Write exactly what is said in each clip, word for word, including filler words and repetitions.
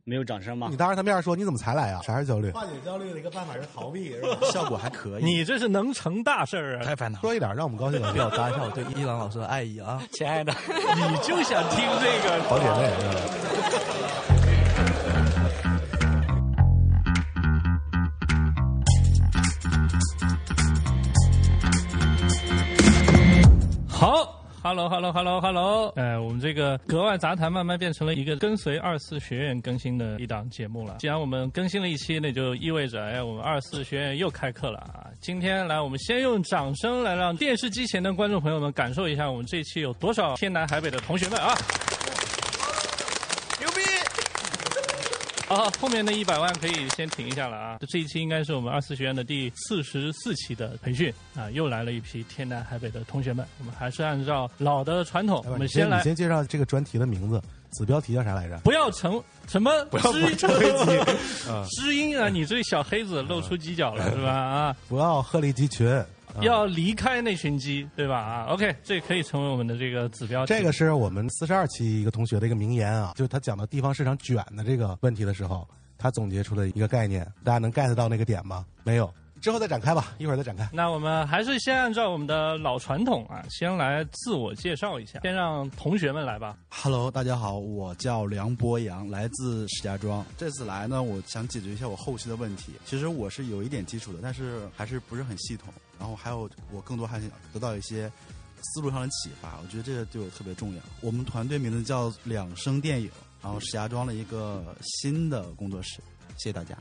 没有掌声吗？ 你当着他面说你怎么才来啊？啥是焦虑？ 化解焦虑的一个办法是逃避，是吧？ 效果还可以。 你这是能成大事儿啊！ 太烦恼。 说一点让我们高兴的， 表达一下我对伊朗老师的爱意啊， 亲爱的， 你就想听这个好姐妹。 好。Hello Hello Hello Hello， 哎，我们这个格外杂谈慢慢变成了一个跟随二四学院更新的一档节目了。既然我们更新了一期，那就意味着，哎，我们二四学院又开课了啊！今天来，我们先用掌声来让电视机前的观众朋友们感受一下，我们这一期有多少天南海北的同学们啊！牛逼！啊，后面的一百万可以先停一下了啊！这一期应该是我们二四学院的第四十四期的培训啊，又来了一批天南海北的同学们。我们还是按照老的传统，我们先来， 你先介绍这个专题的名字，子标题叫啥来着？ 不要成什么不要知飞机， 知音啊！你这小黑子露出犄角了是吧？啊， 不要鹤立鸡群。 要离开那群鸡，对吧？啊 ，OK， 这可以成为我们的这个指标。 这个是我们四十二期一个同学的一个名言啊，就是他讲到地方市场卷的这个问题的时候，他总结出了一个概念，大家能 get 到那个点吗？没有，之后再展开吧，一会儿再展开。 那我们还是先按照我们的老传统啊，先来自我介绍一下，先让同学们来吧。 Hello， 大家好，我叫梁博洋，来自石家庄。这次来呢，我想解决一下我后期的问题。其实我是有一点基础的，但是还是不是很系统。然后还有，我更多还想得到一些思路上的启发。我觉得这个对我特别重要。我们团队名字叫两声电影，然后石家庄的一个新的工作室。谢谢大家。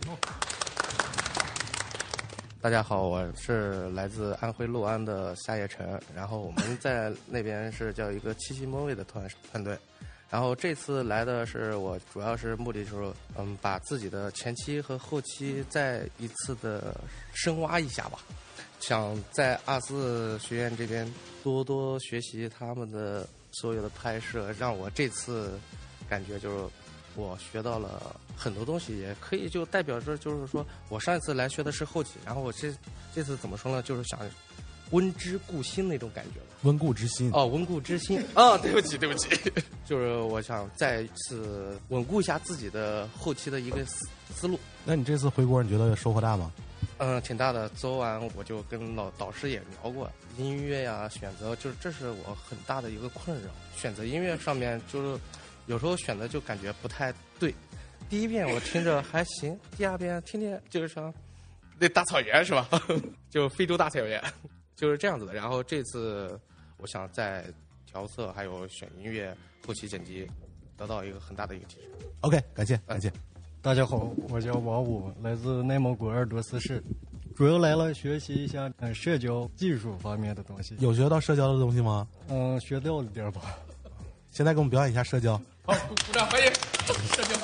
大家好，我是来自安徽六安的夏叶晨，然后我们在那边是叫一个七七末位的团团队，然后这次来的是我主要是目的就是嗯把自己的前期和后期再一次的深挖一下吧，想在二四学院这边多多学习他们的所有的拍摄，让我这次感觉就是我学到了很多东西，也可以就代表着就是说我上一次来学的是后期，然后我这这次怎么说呢，就是想温之故心那种感觉了。 温故知新哦，温故知新哦，对不起对不起，就是我想再一次稳固一下自己的后期的一个思思路。 那你这次回国你觉得收获大吗？ 嗯，挺大的。昨晚我就跟老导师也聊过音乐呀，选择就是这是我很大的一个困扰。选择音乐上面就是有时候选择就感觉不太对。第一遍我听着还行，第二遍听听就是说那大草原是吧？就非洲大草原，就是这样子的。然后这次我想在调色还有选音乐、后期剪辑得到一个很大的一个提升。 OK， 感谢感谢。 大家好，我叫王武，来自内蒙古鄂尔多斯市，主要来了学习一下嗯社交技术方面的东西。 有学到社交的东西吗？ 嗯，学到了点吧。 现在给我们表演一下社交。 好，鼓鼓掌欢迎社交。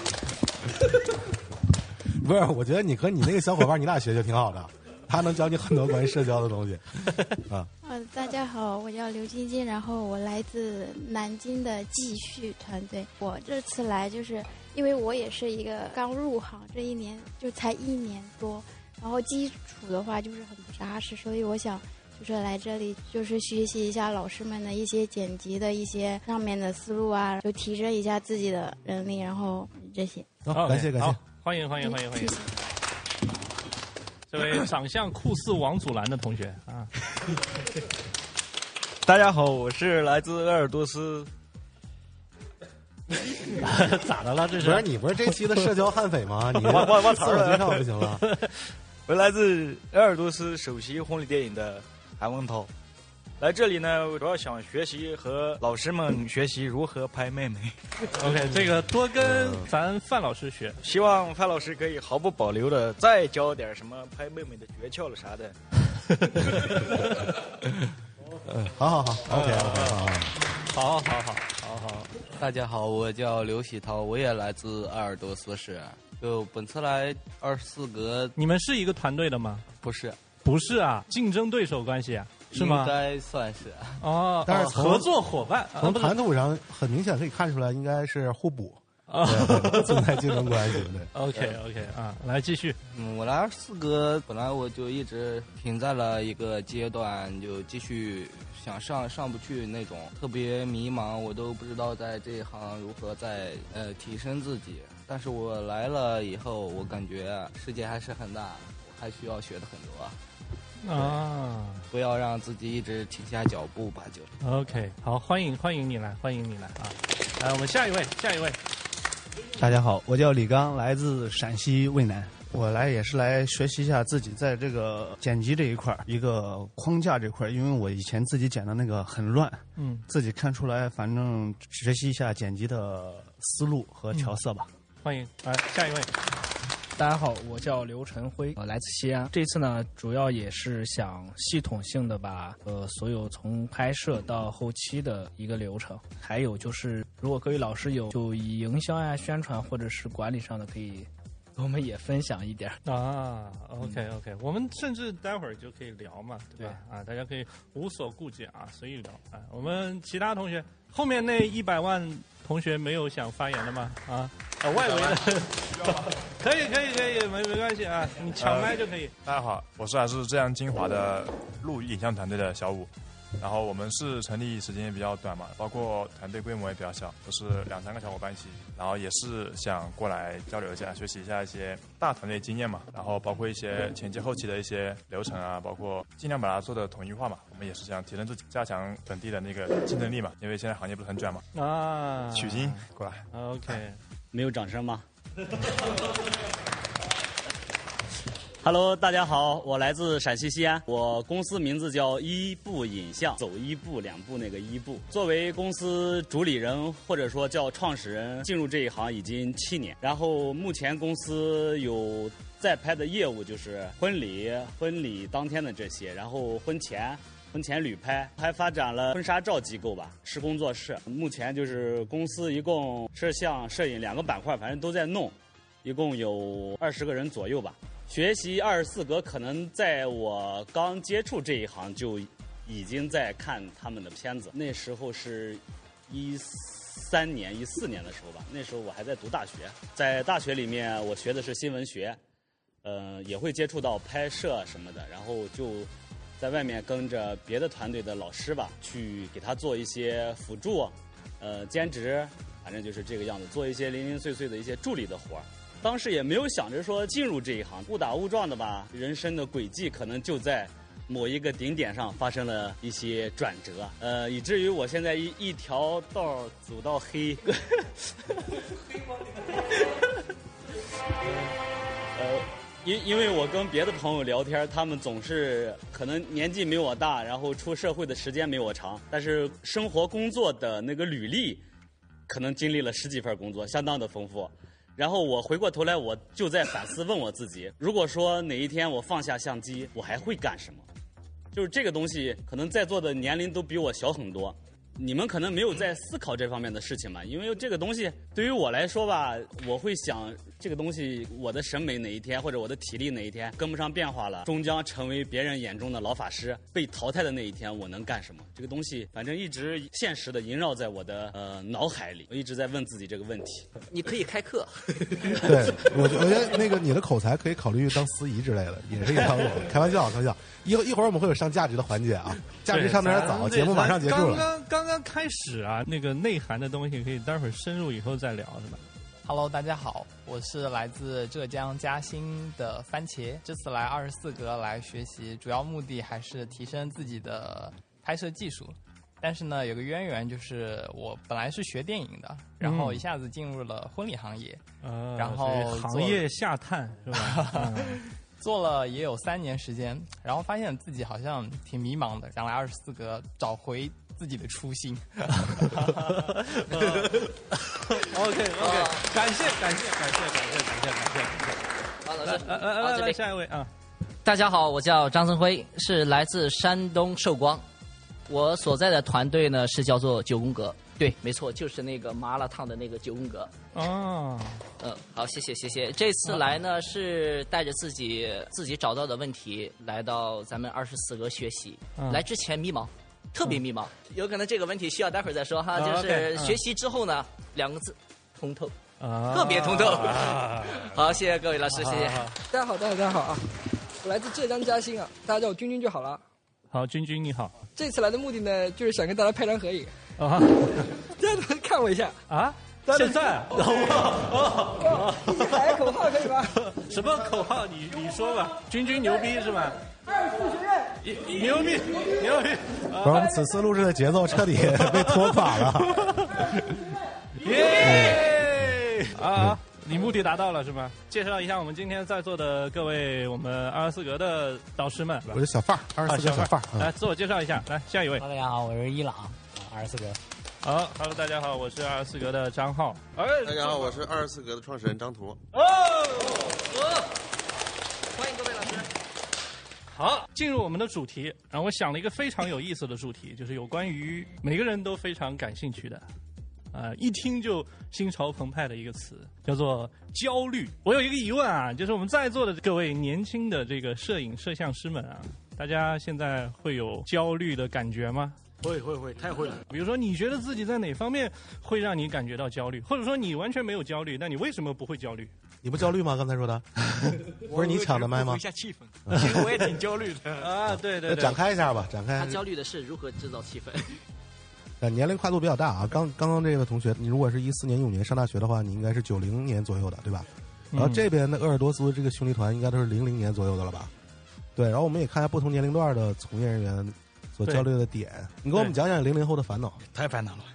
不是，我觉得你和你那个小伙伴，你俩学学挺好的，他能教你很多关于社交的东西。啊， 呃，大家好，我叫刘晶晶，然后我来自南京的继续团队。我这次来就是因为我也是一个刚入行，这一年就才一年多，然后基础的话就是很不扎实，所以我想就是来这里就是学习一下老师们的一些剪辑的一些上面的思路啊，就提升一下自己的能力，然后这些。 好，感谢感谢， 欢迎欢迎欢迎欢迎。这位长相酷似王祖蓝的同学啊！ 大家好，我是来自鄂尔多斯。 咋的了？这是不是你不是这期的社交悍匪吗？你忘忘忘词了， 自我介绍不行了。 我来自鄂尔多斯首席婚礼电影的韩文涛。来这里呢，我主要想学习和老师们学习如何拍妹妹。 OK， 这个多跟咱范老师学， 希望范老师可以毫不保留的再教点什么拍妹妹的诀窍了啥的。 嗯，好好好 ，OK OK， 好好好好好好好。 大家好，我叫刘喜涛，我也来自鄂尔多斯市。就本次来二十四格， 你们是一个团队的吗？ 不是， 不是啊，竞争对手关系啊。是吗？ 应该算是哦， 但是合作伙伴， 从谈吐上很明显可以看出来，应该是互补。 啊， 存在竞争关系。对 ，OK OK 啊，来继续。 嗯，我来二十四格，本来我就一直停在了一个阶段，就继续想上上不去那种，特别迷茫，我都不知道在这一行如何再呃提升自己。但是我来了以后，我感觉世界还是很大，我还需要学的很多。 啊， 不要让自己一直停下脚步吧，就 OK， 好，欢迎欢迎你来，欢迎你来啊！来，我们下一位，下一位。 大家好，我叫李刚，来自陕西渭南。我来也是来学习一下自己在这个剪辑这一块一个框架这块，因为我以前自己剪的那个很乱， 嗯， 自己看出来，反正学习一下剪辑的思路和调色吧。 嗯、欢迎，来下一位。 大家好，我叫刘晨辉，我来自西安。这次呢，主要也是想系统性的把呃所有从拍摄到后期的一个流程，还有就是如果各位老师有就以营销呀、宣传或者是管理上的，可以跟我们也分享一点啊。OK OK，、嗯、我们甚至待会儿就可以聊嘛，对吧？对啊，大家可以无所顾忌啊，随意聊啊。我们其他同学后面那一百万同学没有想发言的吗？啊？啊，外围的，可以可以可以，没没关系啊，你抢麦就可以、呃。 大家好，我是来自浙江金华的录影像团队的小武，然后我们是成立时间也比较短嘛，包括团队规模也比较小，都是两三个小伙伴一起，然后也是想过来交流一下，学习一下一些大团队经验嘛，然后包括一些前期后期的一些流程啊，包括尽量把它做的统一化嘛。我们也是想提升自己，加强本地的那个竞争力嘛，因为现在行业不是很卷嘛。 啊， 取经过来。 OK。 没有掌声吗？Hello， 大家好，我来自陕西西安，我公司名字叫一步影像，走一步两步那个一步。作为公司主理人或者说叫创始人，进入这一行已经七年，然后目前公司有在拍的业务就是婚礼、婚礼当天的这些，然后婚前。婚前旅拍，还发展了婚纱照机构吧，是工作室。目前就是公司一共摄像、摄影两个板块，反正都在弄，一共有二十个人左右吧。学习二十四格，可能在我刚接触这一行就已经在看他们的片子，那时候是一三年、一四年的时候吧，那时候我还在读大学，在大学里面我学的是新闻学，呃，也会接触到拍摄什么的，然后就。在外面跟着别的团队的老师吧，去给他做一些辅助，呃，兼职，反正就是这个样子，做一些零零碎碎的一些助理的活儿。当时也没有想着说进入这一行，误打误撞的吧，人生的轨迹可能就在某一个顶点上发生了一些转折，呃，以至于我现在一一条道走到黑。黑吗？呃。因因为我跟别的朋友聊天，他们总是可能年纪没我大，然后出社会的时间没我长，但是生活工作的那个履历，可能经历了十几份工作，相当的丰富。然后我回过头来，我就在反思问我自己：如果说哪一天我放下相机，我还会干什么？就是这个东西，可能在座的年龄都比我小很多。你们可能没有在思考这方面的事情嘛，因为这个东西对于我来说吧，我会想这个东西，我的审美哪一天或者我的体力哪一天跟不上变化了，终将成为别人眼中的老法师，被淘汰的那一天，我能干什么？这个东西反正一直现实的萦绕在我的呃脑海里，我一直在问自己这个问题。 你可以开课。 对，我我觉得那个你的口才可以考虑当司仪之类的，也是一个方面。开玩笑，开玩笑。一一会儿我们会有上价值的环节啊，价值上的有点早，节目马上结束了。 刚刚刚刚开始啊，那个内涵的东西可以待会儿深入以后再聊，是吧 ？Hello， 大家好，我是来自浙江嘉兴的番茄，这次来二十四格来学习，主要目的还是提升自己的拍摄技术。但是呢，有个渊源就是我本来是学电影的，然后一下子进入了婚礼行业， 嗯、 然后行业下探是吧？嗯做了也有三年时间，然后发现自己好像挺迷茫的，想来二十四格找回自己的初心。 OK OK， 感谢感谢感谢感谢感谢感谢感谢。 好，老师， 来来来来，下一位啊！ 大家好，我叫张增辉，是来自山东寿光。我所在的团队呢是叫做九宫格，对，没错，就是那个麻辣烫的那个九宫格。 哦， 嗯，好，谢谢谢谢。这次来呢是带着自己自己找到的问题来到咱们二十四格学习。 嗯、 来之前迷茫，特别迷茫，嗯、有可能这个问题需要待会儿再说哈。 哦、 就是学习之后呢，嗯、两个字，通透。 啊， 特别通透。 啊、 好，谢谢各位老师，谢谢。 大家好，大家大家好啊！我来自浙江嘉兴啊，大家叫我君君就好了。 好，君君你好。 这次来的目的呢，就是想跟大家拍张合影。 啊， 大家能看我一下啊？现在啊？ 哦，一起喊口号可以吗？ 什么口号？你你说吧。君君牛逼是吧？ 二四学院，牛逼牛逼！ 不是，我们此次录制的节奏彻底被拖垮了。 耶！啊，你目的达到了是吗？介绍一下我们今天在座的各位我们二十四格的导师们。 我是小范儿，二十四格小范儿。 来自我介绍一下，来下一位。 大家好，我是伊朗，二十四格。 好 ，Hello， 大家好，我是二十四格的张浩。 哎，大家好，我是二十四格的创始人张图。 哦，欢迎各位老师。好，进入我们的主题。然后我想了一个非常有意思的主题，就是有关于每个人都非常感兴趣的，呃，一听就心潮澎湃的一个词，叫做焦虑。我有一个疑问啊，就是我们在座的各位年轻的这个摄影摄像师们啊，大家现在会有焦虑的感觉吗？ 会会会，太会了。 比如说，你觉得自己在哪方面会让你感觉到焦虑，或者说你完全没有焦虑，那你为什么不会焦虑？ 你不焦虑吗？刚才说的，不是你抢的麦吗？ 一下气氛，其实我也挺焦虑的啊。对对对， 展开一下吧，展开。 他焦虑的是如何制造气氛。 呃，年龄跨度比较大啊。刚刚刚这个同学，你如果是一四年、一五年上大学的话，你应该是九零年左右的，对吧？然后这边的鄂尔多斯这个兄弟团应该都是零零年左右的了吧？对。然后我们也看一下不同年龄段的从业人员所焦虑的点。你给我们讲讲零零后的烦恼。 太烦恼了。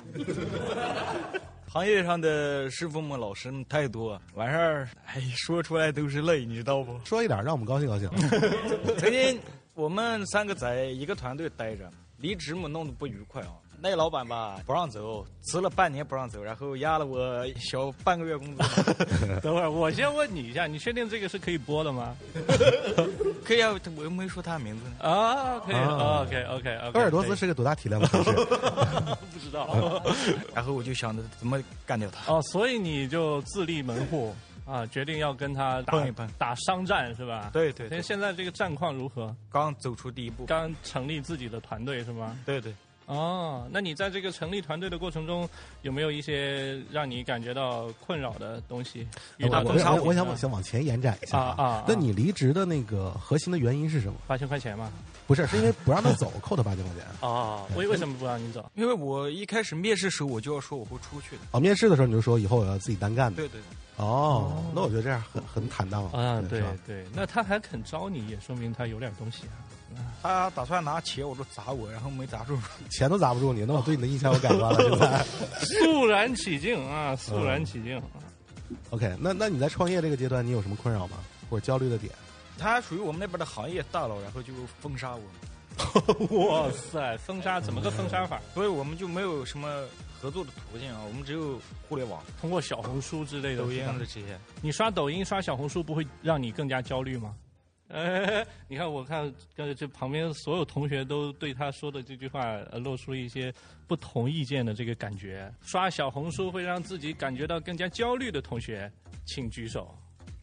行业上的师傅们、老师们太多，完事儿，哎，说出来都是泪，你知道不？ 说一点，让我们高兴高兴。 曾经我们三个在一个团队待着，离职嘛弄得不愉快啊。那个老板吧不让走，辞了半年不让走，然后压了我小半个月工资。 等会儿我先问你一下，你确定这个是可以播的吗？ 可以啊，我又没说他名字呢。 啊，可以 ，OK OK OK。 鄂尔多斯是个多大体量的城市？ 不知道。 然后我就想着怎么干掉他。 哦，所以你就自立门户啊，决定要跟他打碰一碰打商战是吧？ 对对对。 现在这个战况如何？ 刚走出第一步。 刚成立自己的团队是吗？ 对对。 哦，那你在这个成立团队的过程中，有没有一些让你感觉到困扰的东西？ 我我我想想往前延展一下啊啊！ 那你离职的那个核心的原因是什么？ 八千块钱吗？ 不是，是因为不让他走，扣他八千块钱。 哦，为为什么不让你走？ 因为我一开始面试时候我就要说我会出去的。 哦，面试的时候你就说以后我要自己单干的。 对对。 哦，那我觉得这样很很坦荡啊。对对，那他还肯招你，也说明他有点东西啊。 他打算拿钱，我都砸我，然后没砸住， 钱都砸不住你，那我对你的印象我改观了。现在肃然起敬啊，肃然起敬。 OK， 那那你在创业这个阶段，你有什么困扰吗？或者焦虑的点？ 他属于我们那边的行业大佬，然后就封杀我们。哇塞，封杀怎么个封杀法？ 所以我们就没有什么合作的途径啊，我们只有互联网， 通过小红书之类的、 抖音的这些。 你刷抖音、刷小红书，不会让你更加焦虑吗？哎，你看，我看刚才这旁边所有同学都对他说的这句话，呃，露出一些不同意见的这个感觉。刷小红书会让自己感觉到更加焦虑的同学，请举手。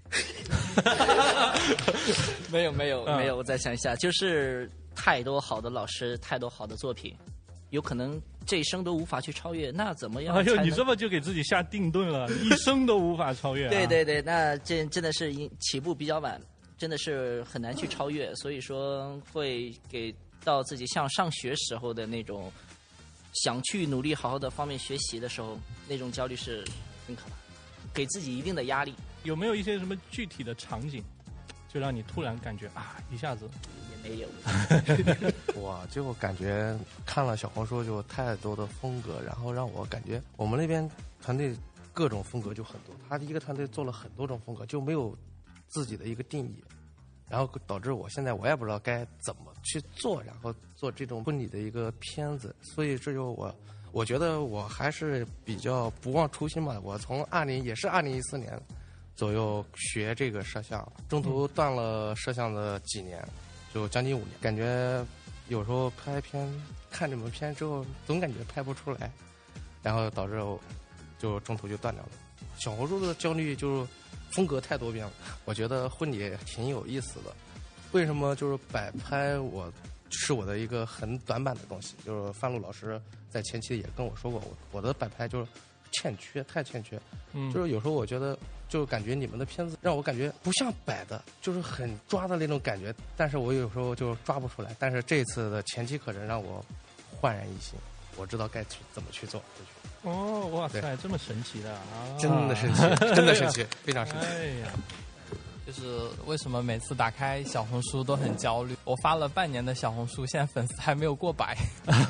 没有没有没有，我再想一下，就是太多好的老师，太多好的作品，有可能这一生都无法去超越，那怎么样？ 哎呦，你这么就给自己下定论了，一生都无法超越、啊。 对对对，那这真的是起步比较晚。真的是很难去超越，所以说会给到自己像上学时候的那种想去努力好好的方面学习的时候，那种焦虑是很可怕，给自己一定的压力。 有没有一些什么具体的场景，就让你突然感觉啊，一下子也没有？ 我就感觉看了小红书就太多的风格，然后让我感觉我们那边团队各种风格就很多，他一个团队做了很多种风格，就没有自己的一个定义，然后导致我现在我也不知道该怎么去做，然后做这种婚礼的一个片子，所以这就我我觉得我还是比较不忘初心嘛。我从二零也是二零一四年左右学这个摄像，中途断了摄像的几年，就将近五年，感觉有时候拍片看这门片之后，总感觉拍不出来，然后导致我就中途就断掉了。小红书的焦虑就是风格太多变了，我觉得婚礼挺有意思的。为什么就是摆拍我是我的一个很短板的东西，就是范璐老师在前期也跟我说过，我我的摆拍就是欠缺，太欠缺。 嗯， 就是有时候我觉得，就感觉你们的片子让我感觉不像摆的，就是很抓的那种感觉，但是我有时候就抓不出来。但是这次的前期课程让我焕然一新，我知道该去怎么去做。 哦，哇塞，这么神奇的啊！ 真的神奇，真的神奇，非常神奇。 哎呀。 就是为什么每次打开小红书都很焦虑？我发了半年的小红书，现在粉丝还没有过百。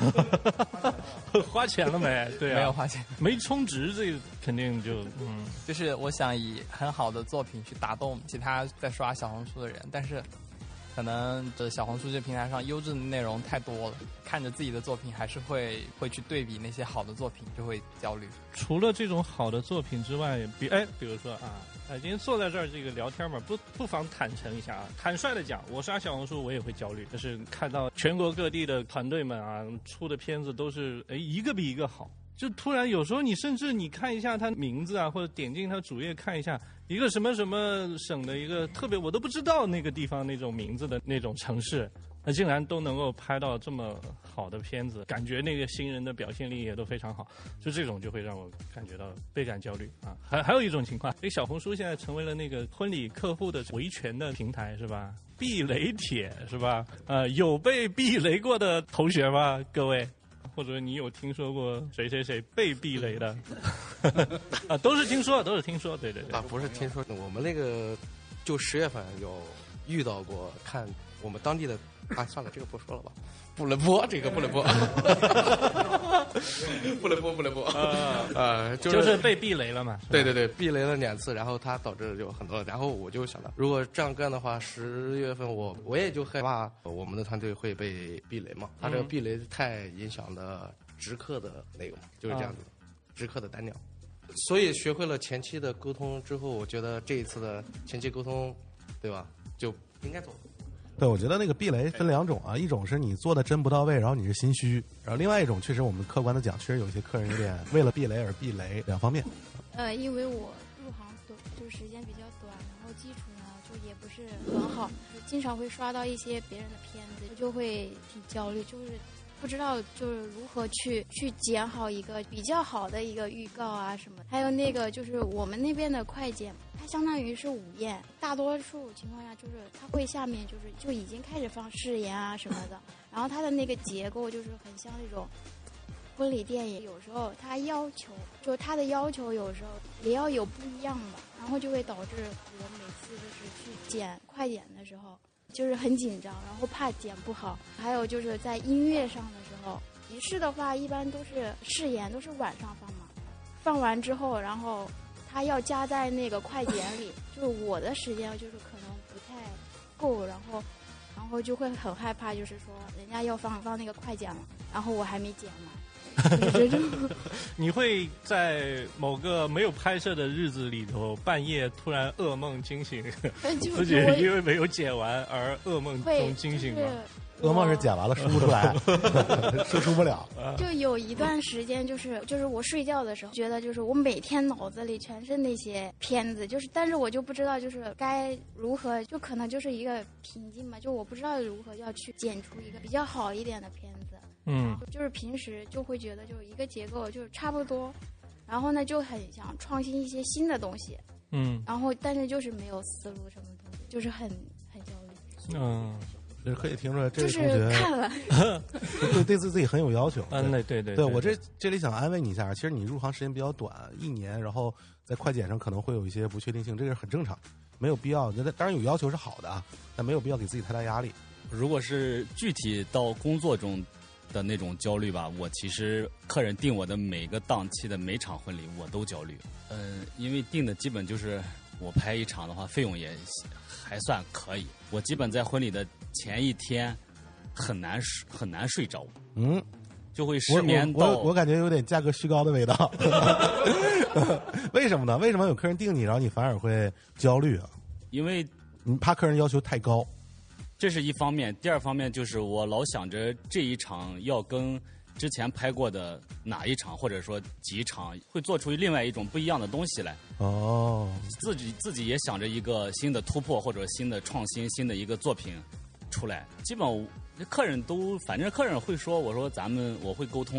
花钱了没？对啊， 没有花钱， 没充值，这个肯定就嗯， 就是我想以很好的作品去打动其他在刷小红书的人，但是可能这小红书这平台上优质的内容太多了，看着自己的作品还是会会去对比那些好的作品，就会焦虑。 除了这种好的作品之外，比哎，比如说啊。呃，今天坐在这儿这个聊天嘛，不不妨坦诚一下啊，坦率的讲，我刷小红书我也会焦虑，就是看到全国各地的团队们啊出的片子都是哎一个比一个好，就突然有时候你甚至你看一下他名字啊，或者点进他主页看一下一个什么什么省的一个特别我都不知道那个地方那种名字的那种城市。那竟然都能够拍到这么好的片子，感觉那个新人的表现力也都非常好，就这种就会让我感觉到倍感焦虑啊。还还有一种情况，这个小红书现在成为了那个婚礼客户的维权的平台是吧？避雷帖是吧？呃，有被避雷过的同学吗？各位，或者你有听说过谁谁谁被避雷的？啊，都是听说，都是听说，对对对。 啊，不是听说，我们那个就十月份有遇到过，看我们当地的。啊，算了，这个不说了吧，不能播，这个不能播，不能播，不能播，啊、呃，就是、 就是被避雷了嘛。 对对对，避雷了两次，然后它导致有很多，然后我就想到，如果这样干的话，十月份我我也就害怕我们的团队会被避雷嘛，它这个避雷太影响了直客的内容，就是这样子的，啊、直客的单量。所以学会了前期的沟通之后，我觉得这一次的前期沟通，对吧，就应该做。 对，我觉得那个避雷分两种啊，一种是你做的真不到位，然后你是心虚，然后另外一种确实我们客观的讲，确实有一些客人有点为了避雷而避雷，两方面。 呃，因为我入行短，就是时间比较短，然后基础呢就也不是很好，就经常会刷到一些别人的片子，我就会挺焦虑，就是不知道就是如何去去剪好一个比较好的一个预告啊什么。还有那个就是我们那边的快剪，它相当于是午宴，大多数情况下就是它会下面就是就已经开始放誓言啊什么的，然后它的那个结构就是很像那种婚礼电影，有时候它要求就它的要求有时候也要有不一样吧，然后就会导致我每次就是去剪快剪的时候就是很紧张，然后怕剪不好。还有就是在音乐上的时候，仪式的话一般都是誓言都是晚上放嘛，放完之后然后它要加在那个快剪里，就是我的时间就是可能不太够，然后然后就会很害怕，就是说人家要放放那个快剪了，然后我还没剪完，就是这种。 你会在某个没有拍摄的日子里头，半夜突然噩梦惊醒，自己因为没有剪完而噩梦中惊醒吗？ 噩梦是剪完了输不出来，输出不了。 就有一段时间，就是就是我睡觉的时候，觉得就是我每天脑子里全是那些片子，就是但是我就不知道就是该如何，就可能就是一个瓶颈嘛，就我不知道如何要去剪出一个比较好一点的片子。 嗯， 就是平时就会觉得就一个结构就差不多，然后呢就很想创新一些新的东西。 嗯， 然后但是就是没有思路什么东西，就是很很焦虑。 嗯。 就是可以听出来，这位同学看了， 对对自己很有要求。 嗯，对对对，对我这这里想安慰你一下，其实你入行时间比较短，一年，然后在快剪上可能会有一些不确定性，这个是很正常，没有必要。当然有要求是好的，但没有必要给自己太大压力。 如果是具体到工作中的那种焦虑吧，我其实客人定我的每个档期的每场婚礼我都焦虑。嗯、呃，因为定的基本就是我拍一场的话，费用也还算可以。我基本在婚礼的前一天很难很难睡着， 嗯， 就会失眠到。 我我, 我感觉有点价格虚高的味道。为什么呢？为什么有客人定你，然后你反而会焦虑啊？ 因为你怕客人要求太高， 这是一方面。第二方面就是我老想着这一场要跟之前拍过的哪一场或者说几场会做出另外一种不一样的东西来。 哦， 自己自己也想着一个新的突破或者新的创新，新的一个作品出来。基本客人都反正客人会说，我说咱们我会沟通嘛，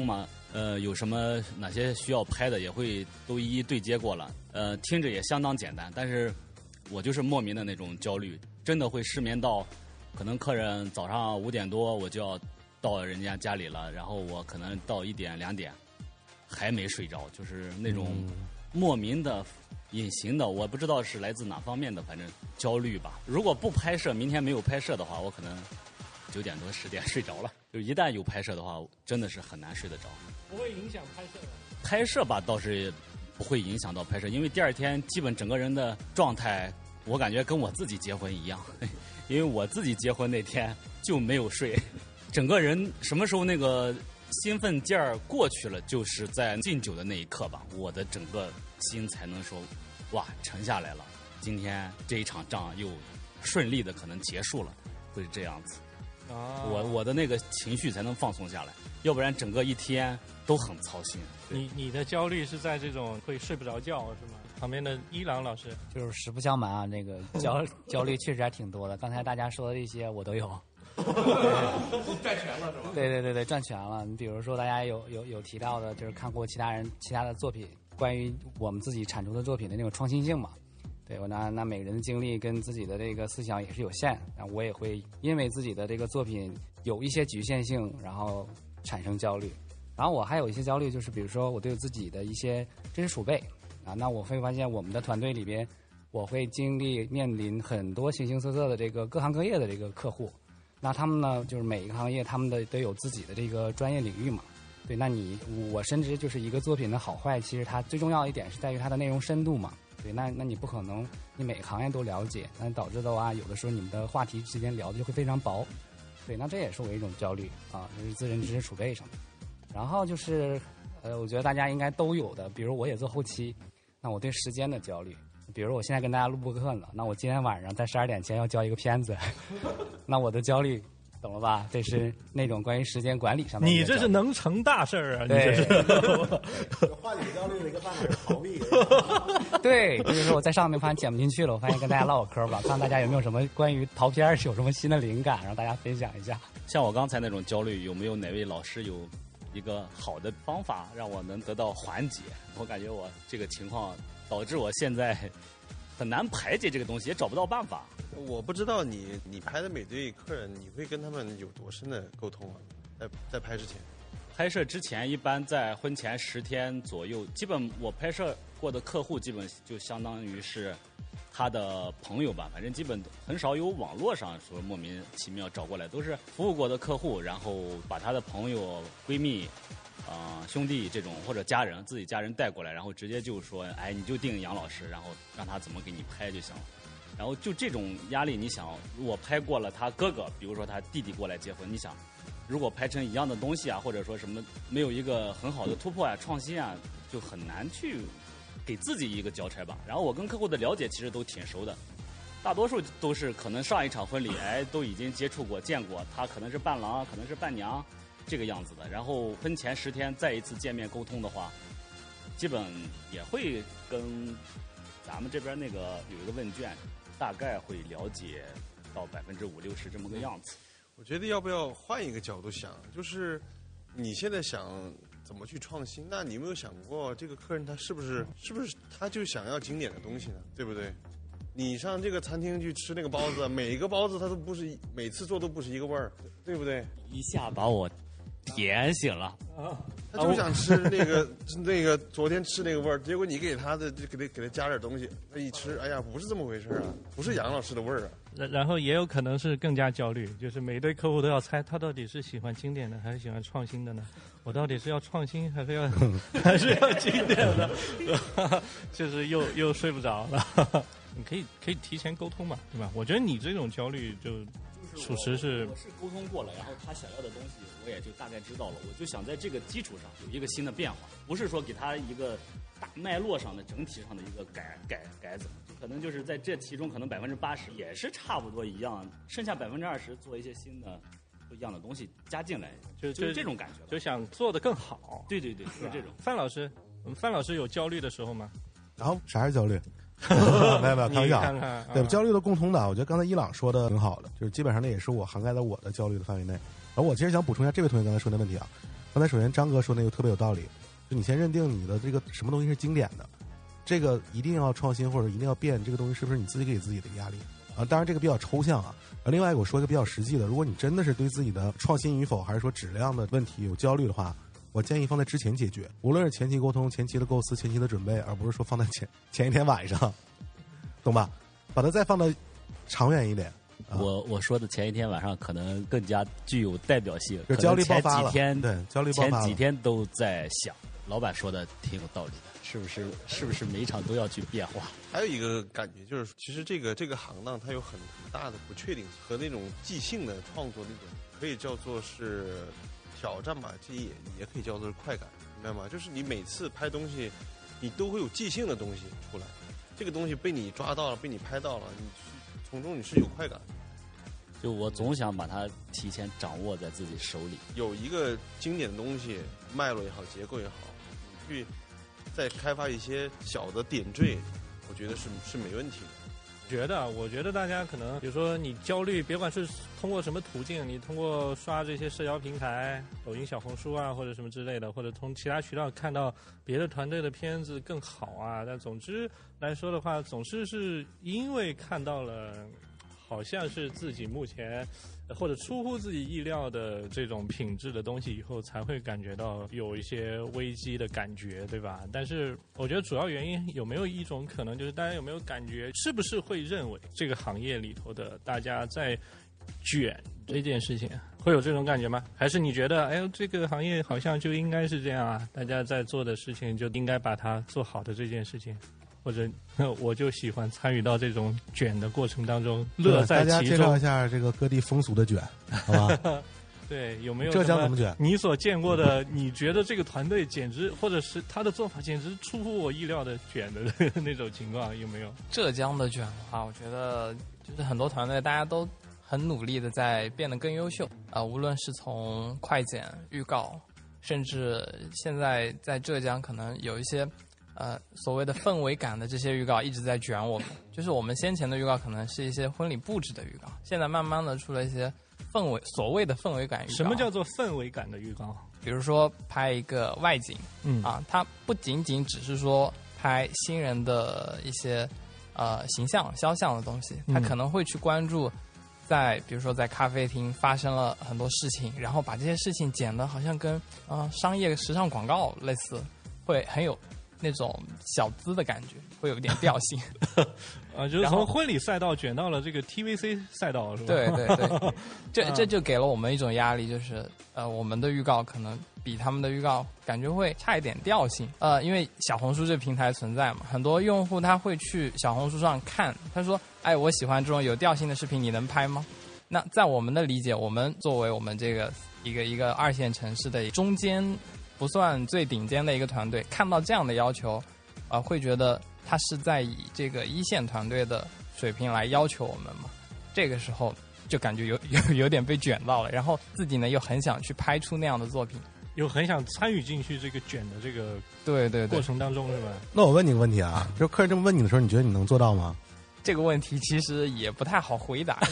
呃，有什么哪些需要拍的，也会都一一对接过了。呃，听着也相当简单，但是我就是莫名的那种焦虑，真的会失眠到，可能客人早上五点多我就要到人家家里了，然后我可能到一点两点还没睡着，就是那种莫名的、隐形的，我不知道是来自哪方面的，反正焦虑吧。如果不拍摄，明天没有拍摄的话，我可能九点多十点睡着了。就一旦有拍摄的话，真的是很难睡得着。 不会影响拍摄的。 拍摄吧倒是不会影响到拍摄，因为第二天基本整个人的状态，我感觉跟我自己结婚一样。因为我自己结婚那天就没有睡，整个人什么时候那个兴奋劲儿过去了，就是在敬酒的那一刻吧，我的整个心才能说，哇，沉下来了。今天这一场仗又顺利的可能结束了，会是这样子。 啊， 我我的那个情绪才能放松下来，要不然整个一天都很操心。 你你的焦虑是在这种会睡不着觉是吗？旁边的伊朗老师就是实不相瞒啊，那个焦焦虑确实还挺多的。刚才大家说的这些我都有。 赚钱了是吧？ 对对对对，赚钱了。你比如说，大家有有有提到的，就是看过其他人其他的作品，关于我们自己产出的作品的那种创新性嘛。对，我那那每个人的经历跟自己的这个思想也是有限，然后我也会因为自己的这个作品有一些局限性，然后产生焦虑。然后我还有一些焦虑，就是比如说我对自己的一些知识储备啊，那我会发现我们的团队里边，我会经历面临很多形形色色的这个各行各业的这个客户，那他们呢，就是每一个行业他们的都有自己的这个专业领域嘛。对，那你我深知就是一个作品的好坏，其实它最重要一点是在于它的内容深度嘛。对，那那你不可能你每个行业都了解，那导致的话，有的时候你们的话题之间聊的就会非常薄。对，那这也是我一种焦虑啊，就是自身知识储备上的。然后就是，呃，我觉得大家应该都有的，比如我也做后期，那我对时间的焦虑。比如我现在跟大家录播客呢，那我今天晚上在十二点前要交一个片子，那我的焦虑，懂了吧？这是那种关于时间管理上的。 你这是能成大事儿啊！你这是化解焦虑的一个办法是逃避。 对，就是说我在上面发现剪不进去了，我发现跟大家唠会嗑吧，看大家有没有什么关于逃片有什么新的灵感，让大家分享一下。 像我刚才那种焦虑，有没有哪位老师有一个好的方法让我能得到缓解？我感觉我这个情况导致我现在很难排解这个东西，也找不到办法。 我不知道你你拍的每对客人，你会跟他们有多深的沟通啊？在在拍之前， 拍摄之前一般在婚前十天左右，基本我拍摄过的客户基本就相当于是他的朋友吧，反正基本很少有网络上说莫名其妙找过来，都是服务过的客户，然后把他的朋友、闺蜜、啊、呃、兄弟这种或者家人，自己家人带过来，然后直接就说，哎，你就定杨老师，然后让他怎么给你拍就行了。然后就这种压力，你想，如果拍过了他哥哥，比如说他弟弟过来结婚，你想，如果拍成一样的东西啊，或者说什么没有一个很好的突破啊、创新啊，就很难去给自己一个交差吧。然后我跟客户的了解其实都挺熟的，大多数都是可能上一场婚礼，哎，都已经接触过、见过，他可能是伴郎，可能是伴娘这个样子的。然后婚前十天再一次见面沟通的话，基本也会跟咱们这边那个有一个问卷。大概会了解到百分之五六十这么个样子。 我觉得要不要换一个角度想，就是你现在想怎么去创新？那你有没有想过，这个客人他是不是是不是他就想要经典的东西呢？对不对？你上这个餐厅去吃那个包子，每一个包子它都不是每次做都不是一个味儿，对不对？ 一下把我点醒了。 他就想吃那个那个昨天吃那个味儿，结果你给他的就给他给他加点东西，他一吃，哎呀，不是这么回事啊，不是杨老师的味儿啊。 然然后也有可能是更加焦虑，就是每对客户都要猜他到底是喜欢经典的还是喜欢创新的呢？我到底是要创新还是要还是要经典的？就是又又睡不着了。你可以可以提前沟通嘛，对吧？我觉得你这种焦虑就。属实是我是沟通过了，然后他想要的东西我也就大概知道了，我就想在这个基础上有一个新的变化，不是说给他一个大脉络上的整体上的一个改改改怎么，可能就是在这其中可能百分之八十也是差不多一样，剩下百分之二十做一些新的不一样的东西加进来，就就是这种感觉， 就想做得更好。 对对对，是这种。 范老师，我们范老师有焦虑的时候吗？ 然后啥是焦虑？没有没有，开玩笑。 看看对，焦虑的共通的，我觉得刚才伊朗说的挺好的，就是基本上那也是我涵盖在我的焦虑的范围内。然后我其实想补充一下这位同学刚才说的问题啊， 刚才首先张哥说那个特别有道理，就你先认定你的这个什么东西是经典的，这个一定要创新或者一定要变，这个东西是不是你自己给自己的压力啊？当然这个比较抽象啊。另外我说一个比较实际的，如果你真的是对自己的创新与否还是说质量的问题有焦虑的话，我建议放在之前解决，无论是前期沟通、前期的构思、前期的准备，而不是说放在前前一天晚上，懂吧？把它再放到长远一点。啊、 我我说的前一天晚上可能更加具有代表性， 就焦虑爆发了。 前几天对焦虑爆发了， 前几天都在想，老板说的挺有道理的，是不是？是不是每一场都要去变化？ 还有一个感觉就是，其实这个这个行当它有很很大的不确定性和那种即兴的创作那种，可以叫做是挑战吧，这也也可以叫做是快感，明白吗？就是你每次拍东西，你都会有即兴的东西出来，这个东西被你抓到了，被你拍到了，你从中你是有快感。 就我总想把它提前掌握在自己手里。 有一个经典的东西，脉络也好，结构也好，你去再开发一些小的点缀，我觉得是是没问题的。 觉得，我觉得大家可能，比如说你焦虑，别管是通过什么途径，你通过刷这些社交平台、抖音、小红书啊，或者什么之类的，或者从其他渠道看到别的团队的片子更好啊。但总之来说的话，总是是因为看到了。好像是自己目前或者出乎自己意料的这种品质的东西以后，才会感觉到有一些危机的感觉，对吧？但是我觉得主要原因有没有一种可能，就是大家有没有感觉，是不是会认为这个行业里头的大家在卷这件事情，会有这种感觉吗？还是你觉得，哎呦，这个行业好像就应该是这样啊？大家在做的事情就应该把它做好的这件事情。或者我就喜欢参与到这种卷的过程当中，乐在其中。 大家介绍一下这个各地风俗的卷，好吧？ 对，有没有浙江怎么卷？ 你所见过的，你觉得这个团队简直，或者是他的做法简直出乎我意料的卷的那种情况，有没有？ 浙江的卷的话，我觉得就是很多团队大家都很努力的在变得更优秀啊、呃，无论是从快剪、预告，甚至现在在浙江可能有一些。呃，所谓的氛围感的这些预告一直在卷我们，就是我们先前的预告可能是一些婚礼布置的预告，现在慢慢的出了一些氛围，所谓的氛围感预告。 什么叫做氛围感的预告？ 比如说拍一个外景， 嗯啊，它不仅仅只是说拍新人的一些呃形象、肖像的东西，它可能会去关注在比如说在咖啡厅发生了很多事情，然后把这些事情剪得好像跟啊、呃、商业时尚广告类似，会很有。那种小资的感觉，会有一点调性啊，就是从婚礼赛道卷到了这个 T V C 赛道，是吧？ 对对对，这这就给了我们一种压力，就是呃，我们的预告可能比他们的预告感觉会差一点调性。呃，因为小红书这平台存在嘛，很多用户他会去小红书上看，他说：“哎，我喜欢这种有调性的视频，你能拍吗？”那在我们的理解，我们作为我们这个一个一个二线城市的中间。不算最顶尖的一个团队，看到这样的要求，呃，会觉得他是在以这个一线团队的水平来要求我们嘛？这个时候就感觉有有有点被卷到了，然后自己呢又很想去拍出那样的作品， 又很想参与进去这个卷的这个对对过程当中，是吧？ 那我问你个问题啊，就是客人这么问你的时候，你觉得你能做到吗？ 这个问题其实也不太好回答，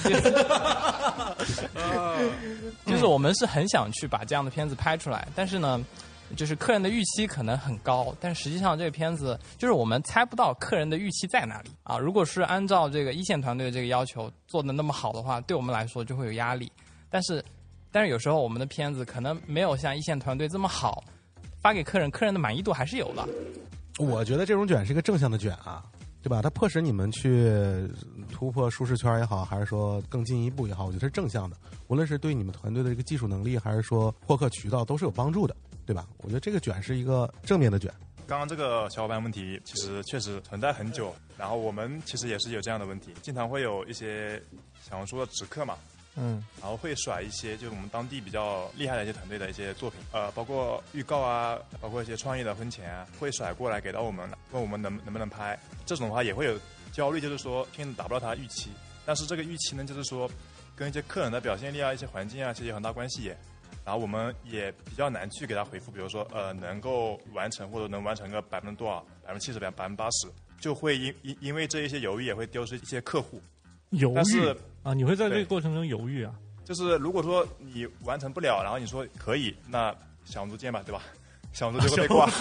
就是我们是很想去把这样的片子拍出来，但是呢。就是客人的预期可能很高，但实际上这个片子就是我们猜不到客人的预期在哪里啊。如果是按照这个一线团队的这个要求做的那么好的话，对我们来说就会有压力。但是，但是有时候我们的片子可能没有像一线团队这么好，发给客人，客人的满意度还是有的。 我觉得这种卷是一个正向的卷啊，对吧？它迫使你们去突破舒适圈也好，还是说更进一步也好，我觉得是正向的。无论是对你们团队的这个技术能力，还是说获客渠道，都是有帮助的。对吧？我觉得这个卷是一个正面的卷。 刚刚这个小伙伴问题其实确实存在很久，然后我们其实也是有这样的问题，经常会有一些小红书的直客嘛， 嗯， 然后会甩一些就是我们当地比较厉害的一些团队的一些作品，呃，包括预告啊，包括一些创意的婚前啊，会甩过来给到我们，问我们能能不能拍。这种的话也会有焦虑，就是说片子达不到他的预期，但是这个预期呢，就是说跟一些客人的表现力啊、一些环境啊，其实有很大关系也。然后我们也比较难去给他回复，比如说呃能够完成或者能完成个百分之多少，百分之七十、百分之八十，就会因因因为这一些犹豫也会丢失一些客户。 犹豫但是啊，你会在这个过程中犹豫啊？ 就是如果说你完成不了，然后你说可以，那小红书见吧，对吧？小红书就会被挂。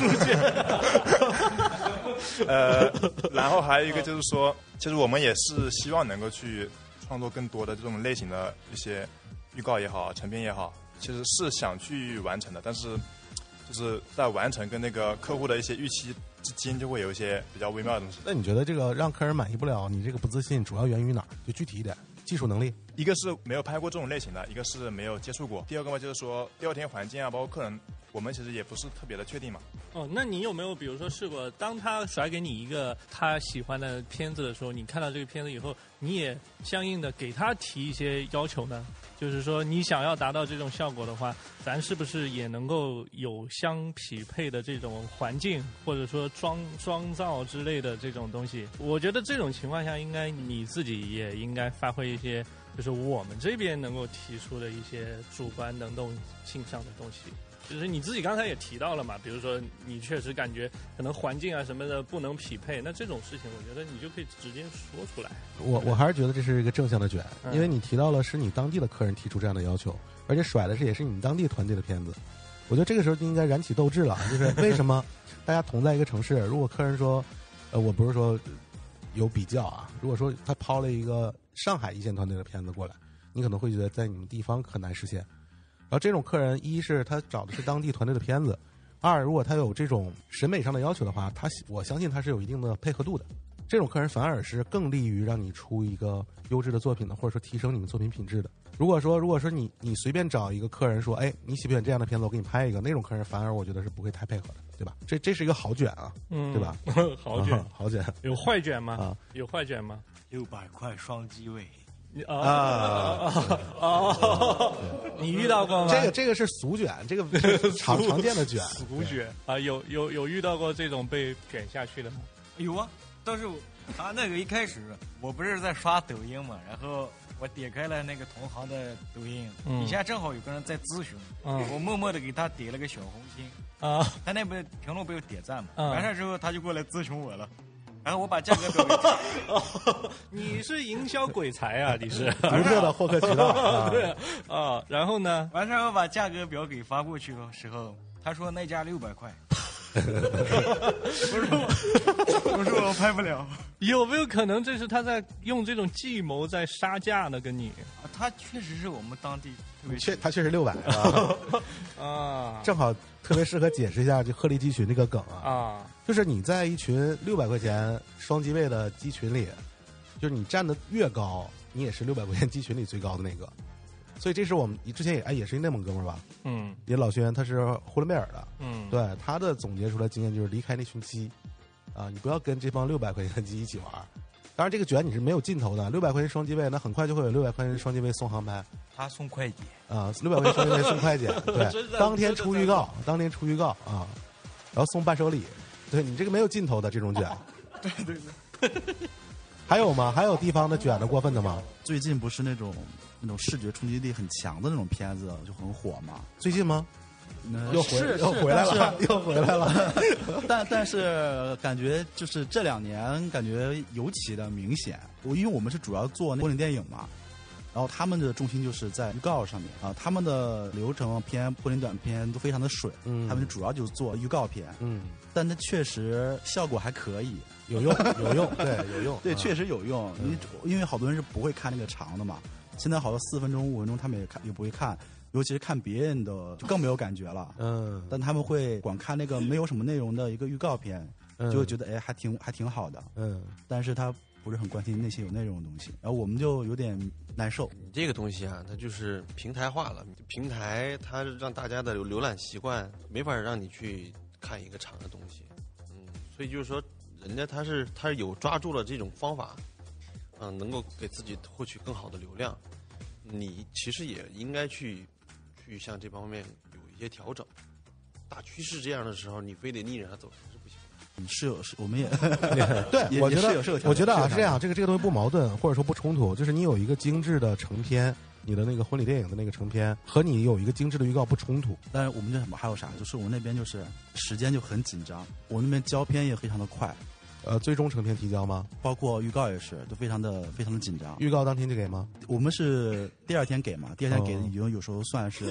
呃，然后还有一个就是说，其实我们也是希望能够去创作更多的这种类型的一些预告也好，成片也好，其实是想去完成的，但是就是在完成跟那个客户的一些预期之间，就会有一些比较微妙的东西。 那你觉得这个让客人满意不了，你这个不自信主要源于哪儿？就具体一点，技术能力。 一个是没有拍过这种类型的，一个是没有接触过。第二个嘛，就是说第二天环境啊，包括客人，我们其实也不是特别的确定嘛。 哦，那你有没有比如说试过，当他甩给你一个他喜欢的片子的时候，你看到这个片子以后，你也相应的给他提一些要求呢？就是说，你想要达到这种效果的话，咱是不是也能够有相匹配的这种环境，或者说妆妆造之类的这种东西？我觉得这种情况下，应该你自己也应该发挥一些，就是我们这边能够提出的一些主观能动性上的东西。就是你自己刚才也提到了嘛，比如说你确实感觉可能环境啊什么的不能匹配，那这种事情我觉得你就可以直接说出来。 我我还是觉得这是一个正向的卷， 嗯因为你提到了是你当地的客人提出这样的要求，而且甩的是也是你当地团队的片子。我觉得这个时候就应该燃起斗志了，就是为什么大家同在一个城市，如果客人说，呃，我不是说有比较啊，如果说他抛了一个上海一线团队的片子过来，你可能会觉得在你们地方很难实现。然后这种客人，一是他找的是当地团队的片子，二如果他有这种审美上的要求的话，他我相信他是有一定的配合度的。这种客人反而是更利于让你出一个优质的作品的，或者说提升你们作品品质的。如果说如果说你你随便找一个客人说，哎，你喜不喜欢这样的片子，我给你拍一个，那种客人反而我觉得是不会太配合的，对吧？这这是一个好卷啊， 嗯， 对吧？ 好卷， 啊、好卷， 有坏卷吗？ 啊， 有坏卷吗？ 六百块双机位。 啊啊啊！你遇到过吗？ 这个这个是俗卷，这个常常见的卷， 俗卷啊！有有有遇到过这种被卷下去的吗？ 有啊，但是他那个一开始我不是在刷抖音嘛，然后我点开了那个同行的抖音， 嗯、 底下正好有个人在咨询， 嗯、 我默默的给他点了个小红心啊， 他那边评论不有点赞嘛， 嗯、 完事之后他就过来咨询我了。然后我把价格表给他， 哦，你是营销鬼才啊！你是独特的获客渠道啊！ 对啊，然后呢？ 完事我把价格表给发过去的时候，他说那价六百块，我说我说我拍不了。 有没有可能这是他在用这种计谋在杀价呢？跟你啊，他确实是我们当地特别确他确实六百啊啊， 正好特别适合解释一下就鹤立鸡群这个梗啊啊。 就是你在一群六百块钱双机位的鸡群里，就是你站得越高，你也是六百块钱鸡群里最高的那个。所以这是我们之前也哎也是一内蒙哥们儿吧， 嗯， 也老轩他是呼伦贝尔的， 嗯， 对他的总结出来经验就是离开那群鸡，啊，你不要跟这帮六百块钱的鸡一起玩。当然这个卷你是没有尽头的，六百块钱双机位，那很快就会有六百块钱双机位送航拍， 他送快捷啊，六百块钱双机位送快捷，对，当天出预告，当天出预告啊，然后送伴手礼。对你这个没有尽头的这种卷， 哦、对对对， 还有吗？还有地方的卷的过分的吗？ 最近不是那种那种视觉冲击力很强的那种片子就很火嘛？ 最近吗？ 又回又回来了，又回来了。 但但是感觉就是这两年感觉尤其的明显，我因为我们是主要做婚礼电影嘛。然后他们的重心就是在预告上面啊，他们的流程片、婚礼短片都非常的水， 嗯， 他们主要就是做预告片， 嗯， 但它确实效果还可以， 有用，有用，对，有用， 对，确实有用。因为、嗯、因为好多人是不会看那个长的嘛，现在好多四分钟、五分钟他们也看也不会看，尤其是看别人的就更没有感觉了， 嗯， 但他们会光看那个没有什么内容的一个预告片， 嗯、 就会觉得哎还挺还挺好的， 嗯， 但是他不是很关心那些有内容的东西，然后我们就有点难受。 你这个东西啊，它就是平台化了。平台它让大家的浏览习惯没法让你去看一个长的东西，嗯，所以就是说，人家他是他是有抓住了这种方法，嗯、呃，能够给自己获取更好的流量。你其实也应该去去向这方面有一些调整。大趋势这样的时候，你非得逆着它走是不行。 是有是，我们也对，我觉得我觉得啊是这样，这个这个东西不矛盾，或者说不冲突，就是你有一个精致的成片，你的那个婚礼电影的那个成片，和你有一个精致的预告不冲突。 但是我们这什么还有啥？就是我们那边就是时间就很紧张，我那边交片也非常的快， 呃，最终成片提交吗？ 包括预告也是，都非常的非常的紧张。 预告当天就给吗？ 我们是第二天给嘛，第二天给已经有时候算是。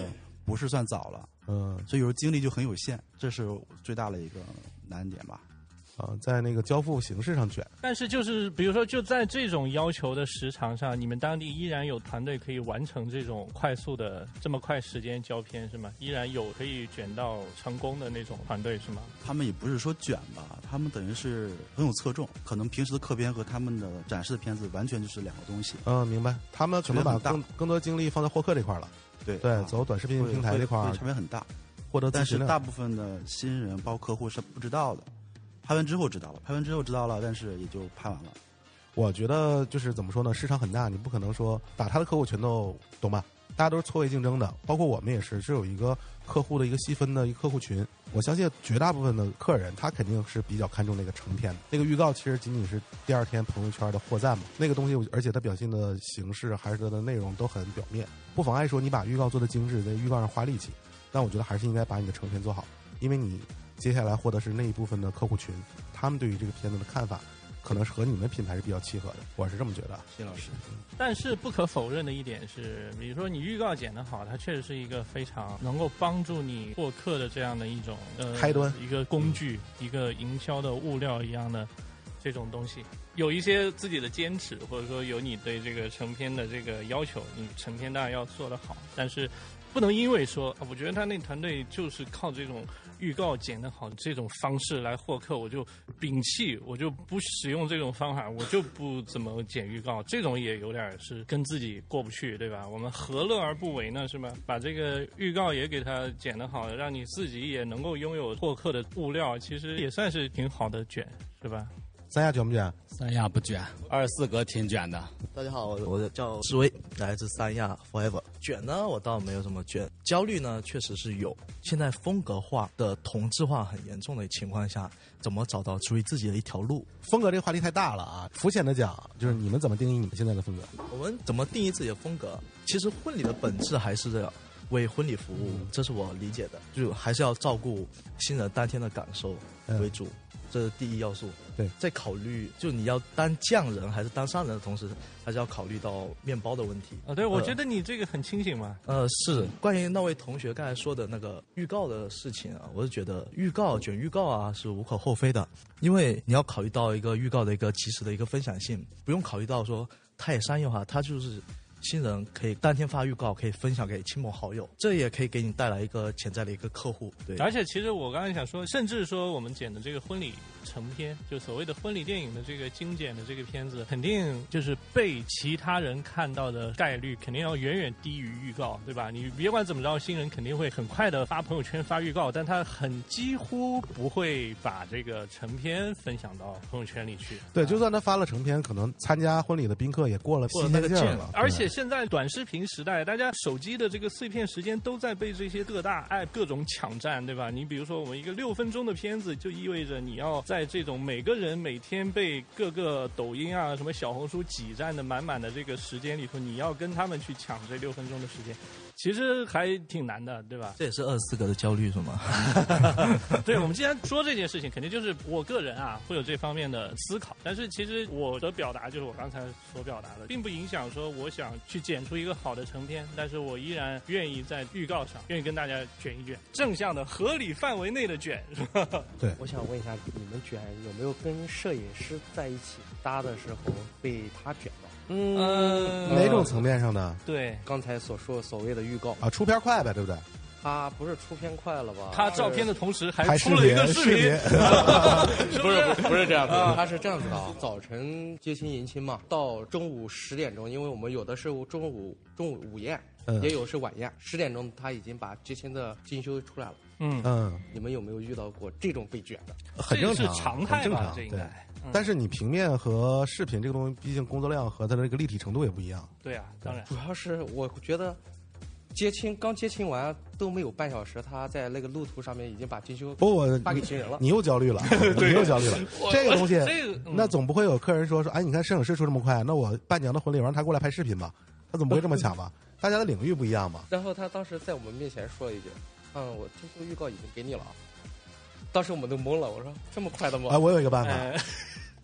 不是算早了， 嗯， 所以有时候精力就很有限，这是最大的一个难点吧。 啊，在那个交付形式上卷， 但是就是比如说，就在这种要求的时长上，你们当地依然有团队可以完成这种快速的这么快时间胶片是吗？依然有可以卷到成功的那种团队是吗？ 他们也不是说卷吧，他们等于是很有侧重，可能平时的客片和他们的展示的片子完全就是两个东西。 嗯，明白。他们可能把更更多精力放在获客这块了。 对对， 啊、 走短视频平台这块差别很大， 获得但是大部分的新人包括客户是不知道的。拍完之后知道了，拍完之后知道了，但是也就拍完了。 我觉得就是怎么说呢，市场很大，你不可能说把他的客户全都懂吧？大家都是错位竞争的，包括我们也是，是有一个客户的一个细分的一个客户群。我相信绝大部分的客人，他肯定是比较看重那个成片的。那个预告其实仅仅是第二天朋友圈的获赞嘛，那个东西，而且它表现的形式还是它的内容都很表面，不妨碍说你把预告做的精致，在预告上花力气。但我觉得还是应该把你的成片做好，因为你接下来获得是那一部分的客户群，他们对于这个片子的看法，可能是和你们品牌是比较契合的，我是这么觉得。 谢老师， 但是不可否认的一点是，比如说你预告剪得好，它确实是一个非常能够帮助你获客的这样的一种呃开端， 一个工具，嗯、一个营销的物料一样的这种东西。有一些自己的坚持，或者说有你对这个成片的这个要求，你成片当然要做得好，但是不能因为说，我觉得他那团队就是靠这种预告剪得好这种方式来获客，我就摒弃，我就不使用这种方法，我就不怎么剪预告，这种也有点是跟自己过不去，对吧？我们何乐而不为呢？是吧？把这个预告也给它剪得好，让你自己也能够拥有获客的物料，其实也算是挺好的卷，是吧？ 三亚卷不卷？ 三亚不卷，二十四格挺卷的。 大家好，我叫志威，来自三亚 Forever。卷呢，我倒没有什么卷，焦虑呢确实是有。现在风格化的同质化很严重的情况下，怎么找到属于自己的一条路？ 风格这个话题太大了啊！肤浅的讲，就是你们怎么定义你们现在的风格？ 我们怎么定义自己的风格？其实婚礼的本质还是这样。为婚礼服务，这是我理解的，就还是要照顾新人当天的感受为主，嗯、这是第一要素。 对， 在考虑就你要当匠人还是当商人的同时，还是要考虑到面包的问题。 啊，对，我觉得你这个很清醒嘛。 呃，是关于那位同学刚才说的那个预告的事情啊，我是觉得预告卷预告啊是无可厚非的，因为你要考虑到一个预告的一个及时的一个分享性，不用考虑到说太商业化，它就是。新人可以当天发预告，可以分享给亲朋好友，这也可以给你带来一个潜在的一个客户。对， 而且其实我刚才想说，甚至说我们剪的这个婚礼成片，就所谓的婚礼电影的这个精简的这个片子，肯定就是被其他人看到的概率肯定要远远低于预告，对吧？你别管怎么着，新人肯定会很快的发朋友圈发预告，但他很几乎不会把这个成片分享到朋友圈里去。 对，就算他发了成片，可能参加婚礼的宾客也过了新鲜劲儿了， 而且。现在短视频时代，大家手机的这个碎片时间都在被这些各大 app 各种抢占，对吧？你比如说我们一个六分钟的片子，就意味着你要在这种每个人每天被各个抖音啊、什么小红书挤占的满满的这个时间里头，你要跟他们去抢这六分钟的时间，其实还挺难的，对吧？ 这也是二十四格的焦虑，是吗？ 对，我们既然说这件事情，肯定就是我个人啊会有这方面的思考，但是其实我的表达就是我刚才所表达的，并不影响说我想去剪出一个好的成片，但是我依然愿意在预告上愿意跟大家卷一卷，正向的合理范围内的卷，是吧？ 对， 我想问一下，你们卷有没有跟摄影师在一起搭的时候被他卷到？ 嗯，哪种层面上的？ 对， 刚才所说所谓的预告啊，出片快呗，对不对？ 他不是出片快了吧？ 他照片的同时还出了一个视频， 不是不是这样的，他是这样子的啊，早晨接亲迎亲嘛，到中午十点钟，因为我们有的是中午中午午宴， 嗯、 也有是晚宴，十点钟他已经把接亲的精修出来了。 嗯嗯， 你们有没有遇到过这种被卷的？ 很正常， 这是常态吧， 很正常， 这应该。 嗯、但是你平面和视频这个东西，毕竟工作量和它的这个立体程度也不一样。 对啊，当然。 主要是我觉得。接亲刚接亲完都没有半小时，他在那个路途上面已经把精修不我发给新人了。 你又焦虑了，你又焦虑了。这个东西， 这个、 那总不会有客人说说，哎，你看摄影师出这么快，那我伴娘的婚礼让他过来拍视频吧？他总不会这么抢吧？大家的领域不一样嘛。 然后他当时在我们面前说了一句：“嗯，我精修预告已经给你了。”当时我们都懵了，我说：“这么快的吗？” 哎，我有一个办法。 哎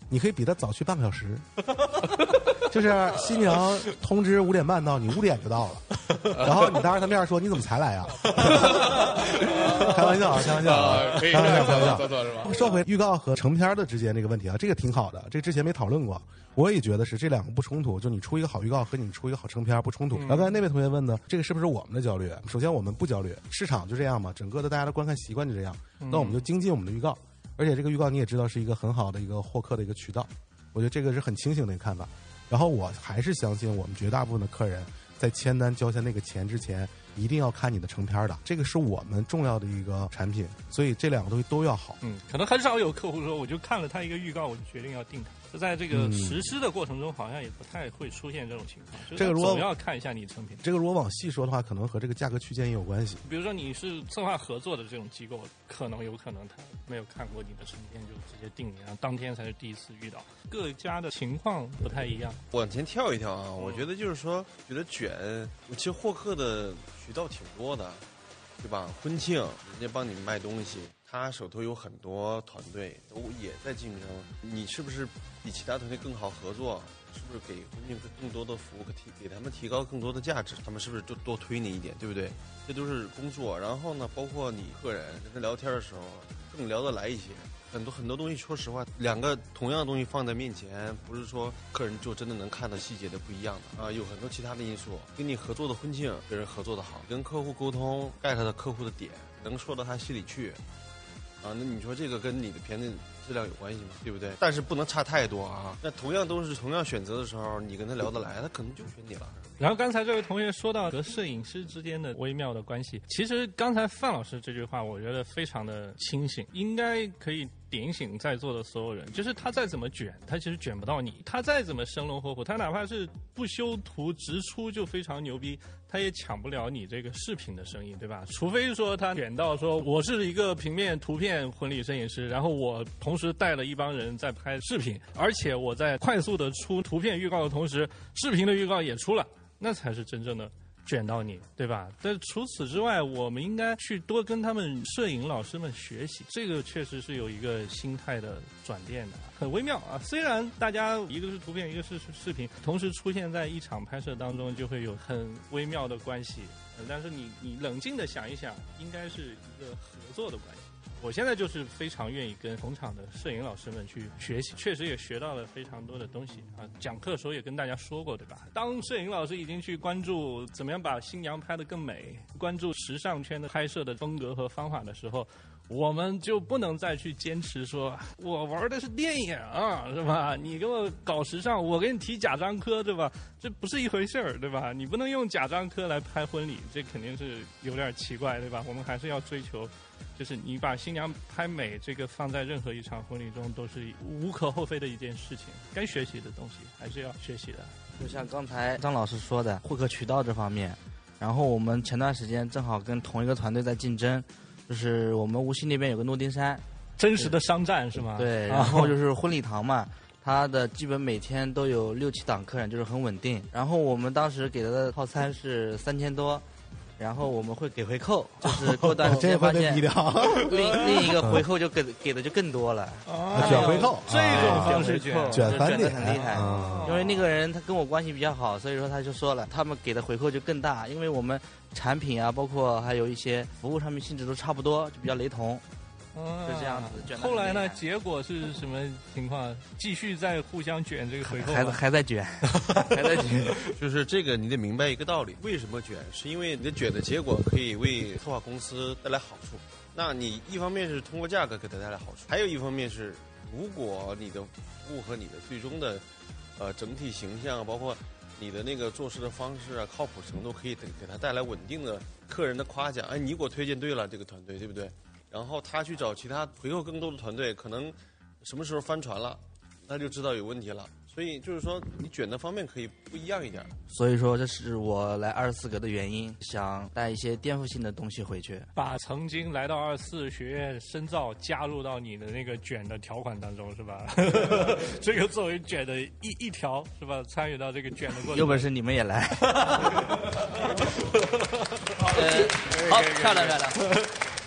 你可以比他早去半个小时，就是新娘通知五点半到，你五点就到了，然后你当着他面说你怎么才来呀？开玩笑啊，开玩笑啊， 可以开玩笑，开玩笑。 做做是吧？ 说回预告和成片的之间这个问题啊，这个挺好的，这之前没讨论过。我也觉得是这两个不冲突，就你出一个好预告和你出一个好成片不冲突。然后刚才那位同学问的，这个是不是我们的焦虑？首先我们不焦虑，市场就这样嘛，整个的大家的观看习惯就这样，那我们就精进我们的预告。而且这个预告你也知道是一个很好的一个获客的一个渠道，我觉得这个是很清醒的一个看法。然后我还是相信我们绝大部分的客人在签单交下那个钱之前，一定要看你的成片的，这个是我们重要的一个产品，所以这两个东西都要好。 嗯，可能很少有客户说我就看了他一个预告我就决定要订它，就在这个实施的过程中好像也不太会出现这种情况。就是、 这个如果总要看一下你成品， 这个如果往细说的话，可能和这个价格区间也有关系。 比如说你是策划合作的这种机构，可能有可能他没有看过你的成片就直接定你，然后当天才是第一次遇到，各家的情况不太一样。 往前跳一跳啊，我觉得就是说，觉得卷，其实获客的渠道挺多的，对吧？婚庆人家帮你卖东西，他手头有很多团队都也在竞争，你是不是比其他团队更好合作？是不是给婚庆更多的服务，提给他们提高更多的价值？他们是不是就多推你一点，对不对？这都是工作。然后呢，包括你客人跟他聊天的时候，更聊得来一些。很多很多东西，说实话，两个同样的东西放在面前，不是说客人就真的能看到细节的不一样的啊，有很多其他的因素。跟你合作的婚庆，跟人合作的好，跟客户沟通，get他的客户的点，能说到他心里去，啊，那你说这个跟你的片子质量有关系吗？对不对？但是不能差太多啊。那同样都是同样选择的时候，你跟他聊得来，他可能就选你了。 然后刚才这位同学说到和摄影师之间的微妙的关系，其实刚才范老师这句话我觉得非常的清醒，应该可以点醒在座的所有人，就是他再怎么卷，他其实卷不到你，他再怎么生龙活虎，他哪怕是不修图直出就非常牛逼，他也抢不了你这个视频的生意，对吧？除非说他卷到说我是一个平面图片婚礼摄影师，然后我同时带了一帮人在拍视频，而且我在快速的出图片预告的同时，视频的预告也出了，那才是真正的卷到你，对吧？但除此之外，我们应该去多跟他们摄影老师们学习，这个确实是有一个心态的转变的，很微妙啊。虽然大家一个是图片，一个是视频，同时出现在一场拍摄当中，就会有很微妙的关系，但是你你冷静的想一想，应该是一个合作的关系。我现在就是非常愿意跟同场的摄影老师们去学习，确实也学到了非常多的东西啊。讲课的时候也跟大家说过，对吧？当摄影老师已经去关注怎么样把新娘拍得更美，关注时尚圈的拍摄的风格和方法的时候，我们就不能再去坚持说我玩的是电影啊，是吧？你给我搞时尚，我给你提贾樟柯，对吧？这不是一回事儿，对吧？你不能用贾樟柯来拍婚礼，这肯定是有点奇怪，对吧？我们还是要追求，就是你把新娘拍美，这个放在任何一场婚礼中都是无可厚非的一件事情。该学习的东西还是要学习的。 就像刚才张老师说的，获客渠道这方面，然后我们前段时间正好跟同一个团队在竞争，就是我们无锡那边有个诺丁山， 真实的商战是吗？ 对，然后就是婚礼堂嘛。他的基本每天都有六七档客人，就是很稳定。然后我们当时给他的套餐是三千多，然后我们会给回扣，就是过段时间发现另另一个回扣就给给的就更多了， 啊、卷回扣， 这种方式卷卷翻的很厉害。啊、因为那个人他跟我关系比较好，所以说他就说了，他们给的回扣就更大，因为我们产品啊，包括还有一些服务上面性质都差不多，就比较雷同。 嗯， 就这样子卷。 后来呢？结果是什么情况？继续在互相卷这个回扣， 还还在卷，还在卷。 就是这个，你得明白一个道理：为什么卷？是因为你的卷的结果可以为策划公司带来好处。那你一方面是通过价格给它带来好处，还有一方面是，如果你的服务和你的最终的呃整体形象，包括你的那个做事的方式啊、靠谱程度，可以给给他带来稳定的客人的夸奖。哎，你给我推荐对了这个团队，对不对？然后他去找其他回购更多的团队，可能什么时候翻船了，他就知道有问题了。所以就是说，你卷的方面可以不一样一点。 所以说，这是我来二十四格的原因，想带一些颠覆性的东西回去， 把曾经来到二十四学院深造加入到你的那个卷的条款当中，是吧？这个作为卷的一一条，是吧？参与到这个卷的过程。 有本事你们也来。呃，好，漂亮漂亮。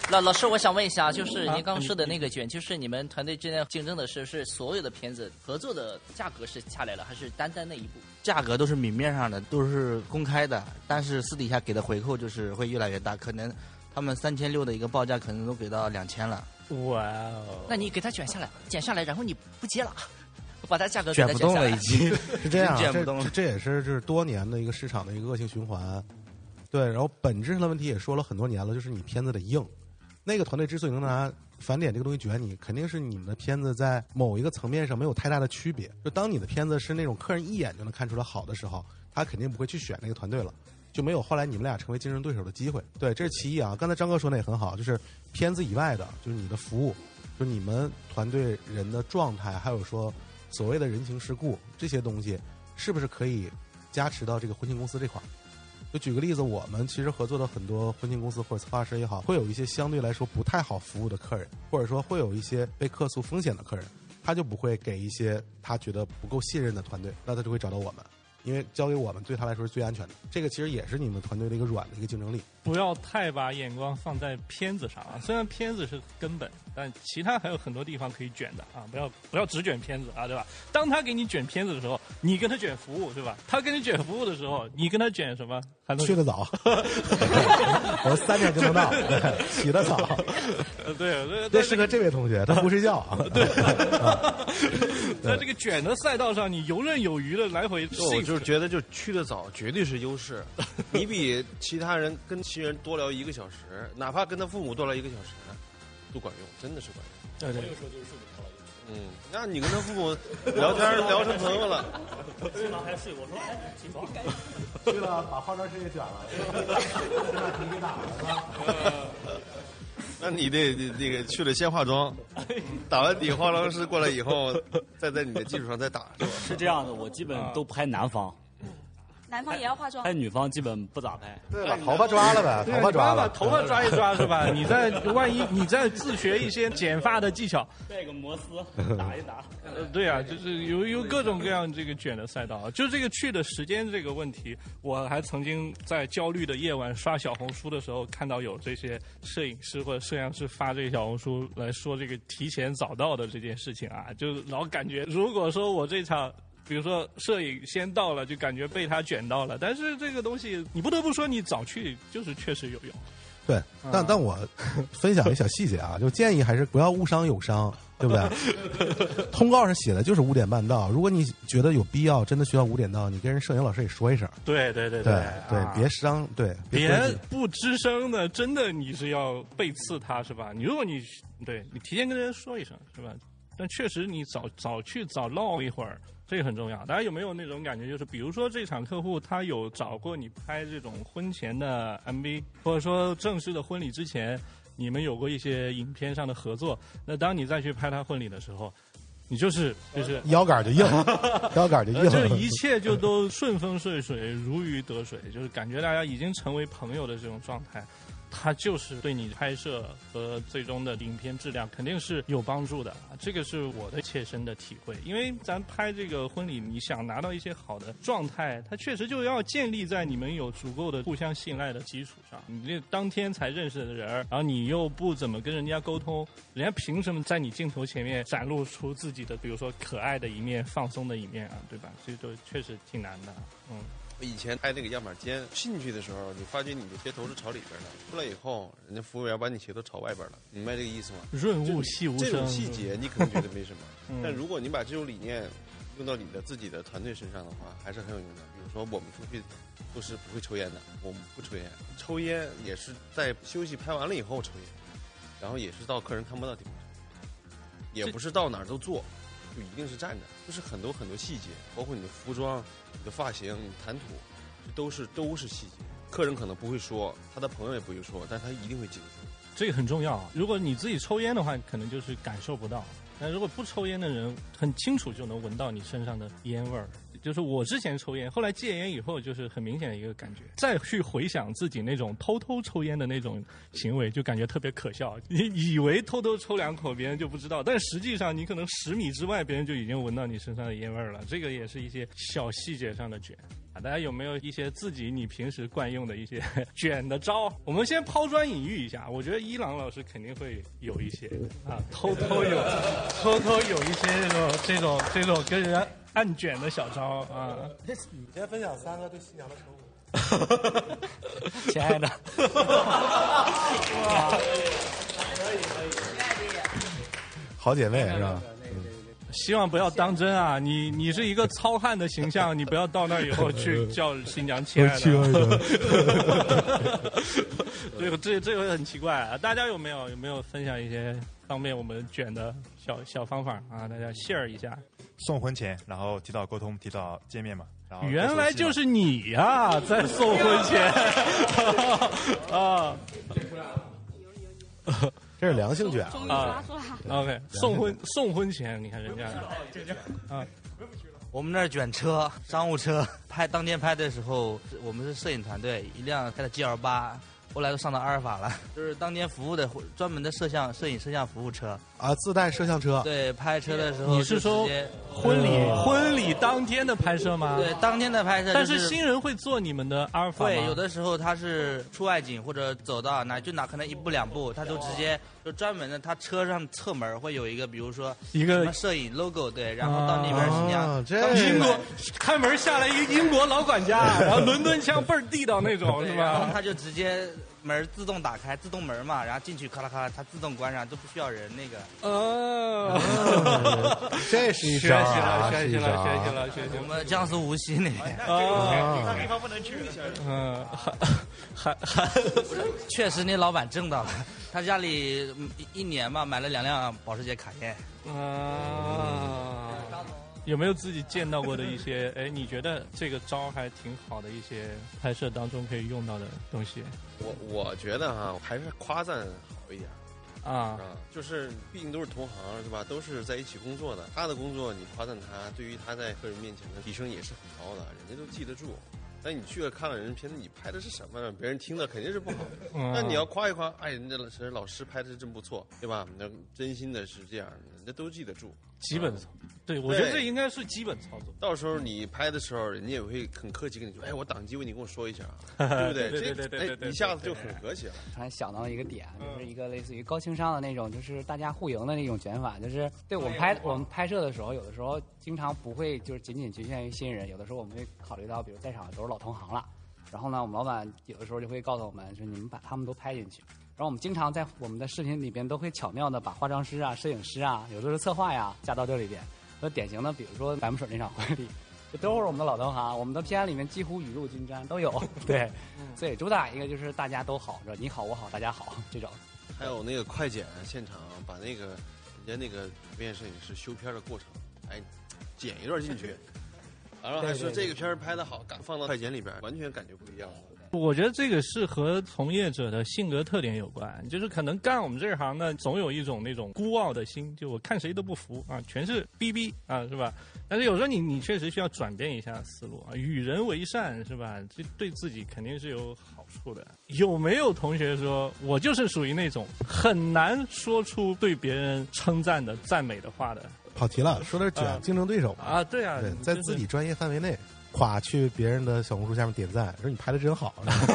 老老师，我想问一下，就是您刚刚说的那个卷，就是你们团队之间竞争的是是所有的片子合作的价格是下来了，还是单单那一部？ 价格都是明面上的，都是公开的，但是私底下给的回扣就是会越来越大，可能他们三千六的一个报价，可能都给到两千了。 哇哦！ 那你给他卷下来，剪下来，然后你不接了，把它价格给卷它下来不动了，已经是这样， 卷不动了这这也是就是多年的一个市场的一个恶性循环。对，然后本质上的问题也说了很多年了，就是你片子得硬。那个团队之所以能拿返点这个东西卷你，肯定是你们的片子在某一个层面上没有太大的区别。就当你的片子是那种客人一眼就能看出来好的时候，他肯定不会去选那个团队了，就没有后来你们俩成为竞争对手的机会。对，这是其一啊。刚才张哥说的也很好，就是片子以外的，就是你的服务，就是你们团队人的状态，还有说所谓的人情世故这些东西，是不是可以加持到这个婚庆公司这块？就举个例子，我们其实合作的很多婚庆公司或者策划师也好，会有一些相对来说不太好服务的客人，或者说会有一些被客诉风险的客人，他就不会给一些他觉得不够信任的团队，那他就会找到我们，因为交给我们对他来说是最安全的。这个其实也是你们团队的一个软的一个竞争力。 不要太把眼光放在片子上啊，虽然片子是根本，但其他还有很多地方可以卷的啊！不要不要只卷片子啊，对吧？当他给你卷片子的时候，你跟他卷服务，是吧？他跟你卷服务的时候，你跟他卷什么？还能去得早，我三点就能到，对，起得早。 呃，对，对这适合这位同学，他不睡觉。对， 在这个卷的赛道上，你游刃有余的来回。 我就是觉得，就去得早绝对是优势。你比其他人跟其人多聊一个小时，哪怕跟他父母多聊一个小时，都管用，真的是管用。 对对。 我有时候就是睡不着了。 嗯，那你跟他父母聊天聊成朋友了。 新郎还睡，我说哎，起床。 去了，把化妆师也卷了，现在脾气大了是吧？ 那你得那个去了先化妆，打完底化妆师过来以后，再在你的基础上再打，是吧？ 是这样的，我基本都拍男方。 男方也要化妆， 拍女方基本不咋拍。 对，把头发抓了呗，头发抓了， 头发抓一抓是吧？你再万一你再自学一些剪发的技巧， 带个摩丝打一打。 呃，对啊，就是有有各种各样这个卷的赛道，就这个去的时间这个问题，我还曾经在焦虑的夜晚刷小红书的时候，看到有这些摄影师或者摄像师发这个小红书来说这个提前早到的这件事情啊，就老感觉如果说我这场。比如说摄影先到了，就感觉被他卷到了。但是这个东西，你不得不说，你早去就是确实有用。 对，但但我分享一个小细节啊，就建议还是不要误伤友伤，对不对？通告上写的就是五点半到，如果你觉得有必要，真的需要五点到，你跟人摄影老师也说一声。 对对对对对， 啊、别伤，对， 别不吱声的，真的你是要背刺他是吧？你如果你对你提前跟人说一声是吧？但确实你早早去早唠一会儿。这个很重要，大家有没有那种感觉？就是比如说这场客户他有找过你拍这种婚前的 M V， 或者说正式的婚礼之前，你们有过一些影片上的合作。那当你再去拍他婚礼的时候，你就是就是腰杆就硬，腰杆就硬， 就是一切就都顺风顺水，如鱼得水，就是感觉大家已经成为朋友的这种状态。它就是对你拍摄和最终的影片质量肯定是有帮助的，这个是我的切身的体会。因为咱拍这个婚礼，你想拿到一些好的状态，它确实就要建立在你们有足够的互相信赖的基础上。你这当天才认识的人，然后你又不怎么跟人家沟通，人家凭什么在你镜头前面展露出自己的，比如说可爱的一面、放松的一面啊，对吧？这就确实挺难的，嗯。 我以前拍那个样板间进去的时候，你发觉你的鞋头是朝里边的，出来以后，人家服务员把你鞋头朝外边了，明白这个意思吗？ 润物细无声。 这种细节你可能觉得没什么， 嗯、 但如果你把这种理念用到你的自己的团队身上的话，还是很有用的。比如说我们出去都是不会抽烟的，我们不抽烟，抽烟也是在休息拍完了以后抽烟，然后也是到客人看不到地方抽，也不是到哪儿都坐。就一定是站着，就是很多很多细节，包括你的服装、你的发型、你的谈吐，这都是都是细节。客人可能不会说，他的朋友也不会说，但他一定会记得住。 这个很重要。如果你自己抽烟的话，可能就是感受不到；但如果不抽烟的人，很清楚就能闻到你身上的烟味儿。 就是我之前抽烟，后来戒烟以后，就是很明显的一个感觉。再去回想自己那种偷偷抽烟的那种行为，就感觉特别可笑。你以为偷偷抽两口，别人就不知道，但实际上你可能十米之外，别人就已经闻到你身上的烟味了。这个也是一些小细节上的卷。大家有没有一些自己你平时惯用的一些卷的招？我们先抛砖引玉一下，我觉得伊朗老师肯定会有一些啊，偷偷有，偷偷有一些这种这种这种跟人按卷的小招啊。 你先分享三个对新娘的称呼。 亲爱的， 哇，可以可以， 好姐妹是吧？ 希望不要当真啊！你你是一个糙汉的形象，你不要到那以后去叫新娘亲爱的。亲爱的，这个这这个很奇怪啊！大家有没有有没有分享一些方面我们卷的小小方法啊？大家 share 一下。 送婚前，然后提早沟通，提早见面嘛。然后原来就是你呀、啊，在送婚前啊。 这是良性卷啊 ！OK， 送婚送婚前，你看人家啊， 我们那儿卷车，商务车，拍当天拍的时候，我们是摄影团队，一辆开的 G L 八，后来都上到阿尔法了，就是当天服务的专门的摄像、摄影、摄像服务车啊，自带摄像车。 对，拍车的时候你是说婚礼、嗯、婚礼当天的拍摄吗？ 对，当天的拍摄、就是。 但是新人会坐你们的阿尔法吗？ 会，有的时候他是出外景或者走到哪就哪可能一步两步，他就直接就专门的，他车上侧门会有一个，比如说一个什么摄影 logo， 对，然后到那边新娘、 啊、这英国开门下来一个英国老管家，然后伦敦腔倍儿地道那种，是吧？ 然后他就直接。门自动打开，自动门嘛，然后进去咔啦咔啦，它自动关上，都不需要人那个。 哦， 这是一学习了，学习了，学习了，学习了。 我们江苏无锡那边。 哦，其他地方不能去。 嗯，还还确实，那老板挣到了，他家里一年嘛买了两辆保时捷卡宴。 啊。有没有自己见到过的一些？哎，你觉得这个招还挺好的一些拍摄当中可以用到的东西？ 我我觉得哈，还是夸赞好一点啊啊，就是毕竟都是同行是吧？都是在一起工作的，他的工作你夸赞他，对于他在客人面前的提升也是很高的，人家都记得住。但你去了看了人片子，你拍的是什么？别人听的肯定是不好。 嗯、 那你要夸一夸，哎，人家老师老师拍的是真不错，对吧？那真心的是这样，人家都记得住。 基本操，对，我觉得这应该是基本操作。 到时候你拍的时候，人家也会很客气跟你说，哎，我档机位你跟我说一下，对不对？ 对对对对对， 一下子就很和谐了。 突然想到一个点，就是一个类似于高情商的那种，就是大家互赢的那种卷法，就是对我们拍我们拍摄的时候，有的时候经常不会就是仅仅局限于新人，有的时候我们会考虑到，比如在场都是老同行了，然后呢，我们老板有的时候就会告诉我们，说你们把他们都拍进去。然后我们经常在我们的视频里边都会巧妙的把化妆师啊、摄影师啊，有的是策划呀加到这里边。那典型的，比如说白木水那场婚礼，这都是我们的老同行，我们的片里面几乎雨露均沾都有。对，所以主打一个就是大家都好，你好我好大家好这种。 还有那个快剪现场，把那个人家那个主编摄影师修片的过程，哎，剪一段进去，然后还说这个片拍的好，敢放到快剪里边，完全感觉不一样。 我觉得这个是和从业者的性格特点有关，就是可能干我们这行呢，总有一种那种孤傲的心，就我看谁都不服啊，全是逼逼啊，是吧？但是有时候你你确实需要转变一下思路啊，与人为善是吧？这对自己肯定是有好处的。有没有同学说我就是属于那种很难说出对别人称赞的赞美的话的？ 跑题了，说的是卷、啊、竞争对手啊，对啊， 对，在自己专业范围内。夸去别人的小红书下面点赞，说你拍的真好，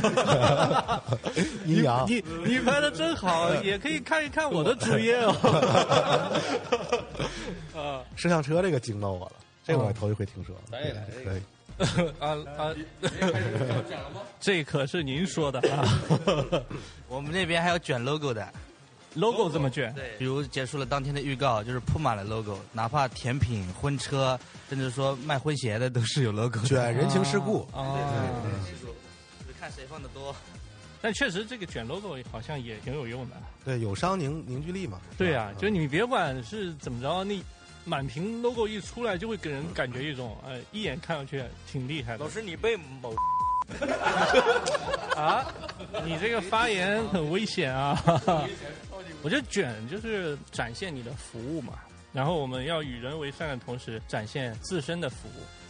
阴阳， 你你拍的真好，也可以看一看我的主页哦。 啊，摄像车这个惊到我了，这个我头一回听说。 咱也来可以。 啊啊！这可是您说的啊。 我们那边还有卷 logo 的。 logo 这么卷？ 对，比如结束了当天的预告，就是铺满了 logo， 哪怕甜品、婚车，甚至说卖婚鞋的都是有 logo 的。 卷人情世故啊，对，就是看谁放的多。 但确实这个卷 logo 好像也挺有用的。 对，有伤凝凝聚力嘛。 对啊，就你别管是怎么着，那满屏 logo 一出来，就会给人感觉一种，呃，一眼看上去挺厉害的。 老师，你被某。 啊，你这个发言很危险啊！我觉得卷就是展现你的服务嘛，然后我们要与人为善的同时展现自身的服务。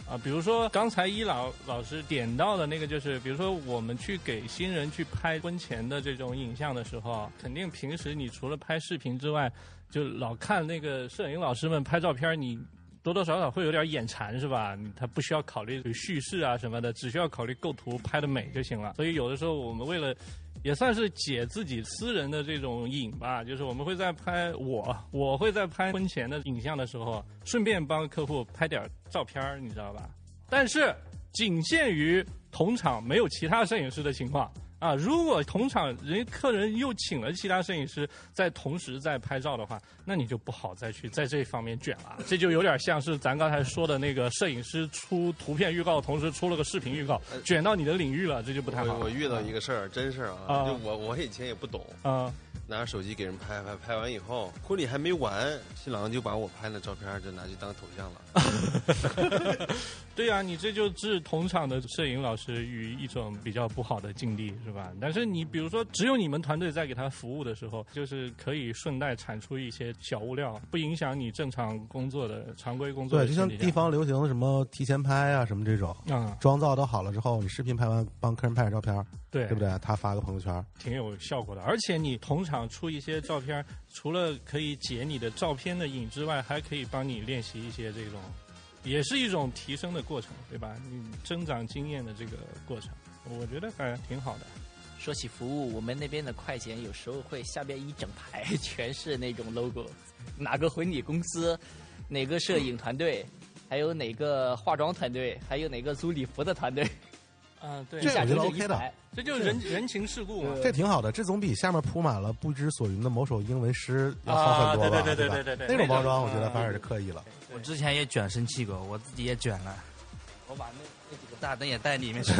啊，比如说刚才伊老老师点到的那个，就是比如说我们去给新人去拍婚前的这种影像的时候，肯定平时你除了拍视频之外，就老看那个摄影老师们拍照片，你多多少少会有点眼馋，是吧？他不需要考虑叙事啊什么的，只需要考虑构图拍的美就行了。所以有的时候我们为了也算是解自己私人的这种瘾吧，就是我们会在拍我我会在拍婚前的影像的时候，顺便帮客户拍点照片，你知道吧？但是仅限于同场没有其他摄影师的情况啊。如果同场人客人又请了其他摄影师在同时在拍照的话，那你就不好再去在这方面卷了。这就有点像是咱刚才说的那个摄影师出图片预告，同时出了个视频预告，卷到你的领域了，这就不太好。 我我遇到一个事儿，真事儿啊， 啊就我我以前也不懂啊。 拿着手机给人拍拍，拍完以后，婚礼还没完，新郎就把我拍的照片就拿去当头像了。 对呀、啊，你这就置同场的摄影老师于一种比较不好的境地，是吧？但是你比如说，只有你们团队在给他服务的时候，就是可以顺带产出一些小物料，不影响你正常工作的常规工作的。 对，就像地方流行什么提前拍啊什么这种， 啊， 妆造都好了之后，你视频拍完帮客人拍点照片， 对， 对不对？他发个朋友圈， 挺有效果的。而且你同场出一些照片，除了可以解你的照片的瘾之外，还可以帮你练习一些这种，也是一种提升的过程，对吧？你增长经验的这个过程，我觉得还挺好的。 说起服务，我们那边的快剪有时候会下边一整排全是那种 logo， 哪个婚礼公司，哪个摄影团队，还有哪个化妆团队，还有哪个租礼服的团队。 嗯，对， 这我觉得 OK 的， 这就是人人情世故嘛， 这挺好的，这总比下面铺满了不知所云的某首英文诗要好很多吧？ 啊、对对对对对对， 那种包装我觉得反而是刻意了。 我之前也卷生气过，我自己也卷了，我把那那几个大灯也带里面去。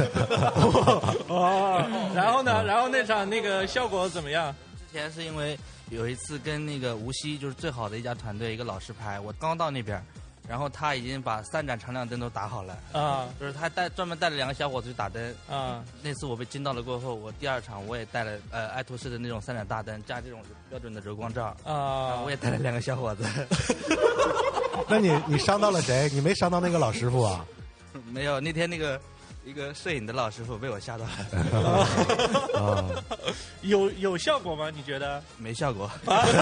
哦，然后呢？然后那场那个效果怎么样？ 之前是因为有一次跟那个无锡就是最好的一家团队一个老师拍，我刚到那边。然后他已经把三盏常亮灯都打好了啊， 就是他带专门带了两个小伙子去打灯啊。 那次我被惊到了过后，我第二场我也带了呃爱图仕的那种三盏大灯加这种标准的柔光罩啊， 我也带了两个小伙子。 那你你伤到了谁？你没伤到那个老师傅啊？ 没有，那天那个一个摄影的老师傅被我吓到了。 啊，有有效果吗？你觉得？ 没效果。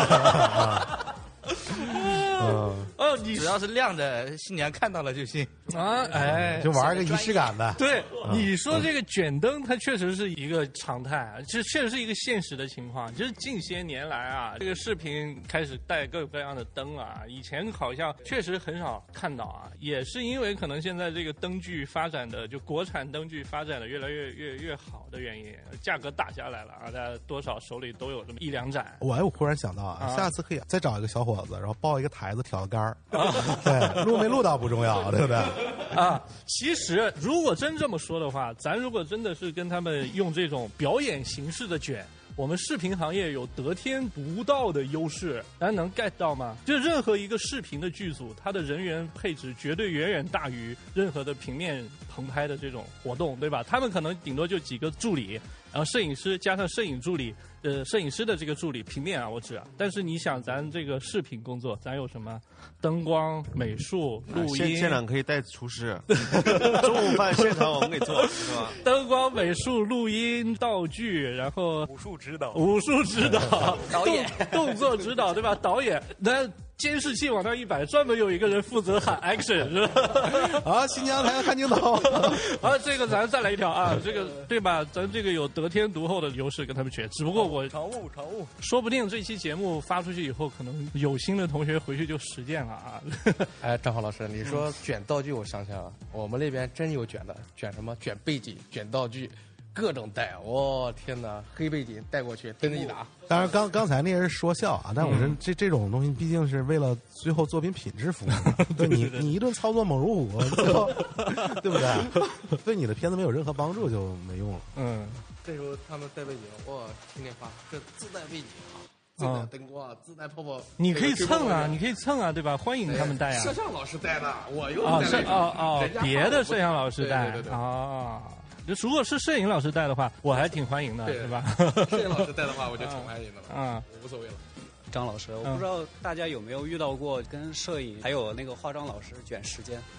嗯， 哦，你只要是亮着，新娘看到了就行啊！哎， 就玩个仪式感的。 对，你说这个卷灯，它确实是一个常态，这确实是一个现实的情况。就是近些年来啊，这个视频开始带各种各样的灯啊，以前好像确实很少看到啊，也是因为可能现在这个灯具发展的，就国产灯具发展的越来越越越好的原因，价格打下来了啊，大家多少手里都有这么一两盏。 我哎，我忽然想到啊， 啊下次可以再找一个小伙子，然后抱一个台子，挑个杆儿。对，录没录到不重要，对不对？ 啊，其实如果真这么说的话，咱如果真的是跟他们用这种表演形式的卷，我们视频行业有得天独厚的优势，大家能 get 到吗？就任何一个视频的剧组，它的人员配置绝对远远大于任何的平面棚拍的这种活动，对吧？他们可能顶多就几个助理，然后摄影师加上摄影助理，呃，摄影师的这个助理，平面啊，我指啊。但是你想，咱这个视频工作，咱有什么灯光、美术、录音？ 现现场可以带厨师，中午饭现场我们给做，是吧？ 灯光、美术、录音、道具，然后武术指导、 武术指导、 导演、 动动作指导，对吧？导演那。监视器往那一摆，专门有一个人负责喊 action， 是吧？ 啊，新娘还要看镜头。 啊，这个咱再来一条啊，这个对吧？咱这个有得天独厚的优势跟他们学，只不过我常务常务， 说不定这期节目发出去以后，可能有心的同学回去就实践了啊。 哎，张浩老师，你说卷道具，我想起来了，我们那边真有卷的，卷什么？卷背景，卷道具。各种带，我、哦、天哪！黑背景带过去，跟着一打。 当然，刚刚才那是说笑啊，但我说、嗯、这这种东西毕竟是为了最后作品品质服务。对你，你一顿操作猛如虎，最后对不对？对你的片子没有任何帮助，就没用了。 嗯， 这时候他们带背景，哇，听电话，这自带背景啊。自带灯光，自带泡泡， 你可以蹭啊，你可以蹭啊，对吧？欢迎他们带啊。 摄像老师带的，我又啊， 带摄哦哦，别的摄像老师带， 对对对啊。如果是摄影老师带的话，我还挺欢迎的，是吧？ 摄影老师带的话，我就挺欢迎的了， 啊， 无所谓了。 张老师，我不知道大家有没有遇到过跟摄影还有那个化妆老师卷时间。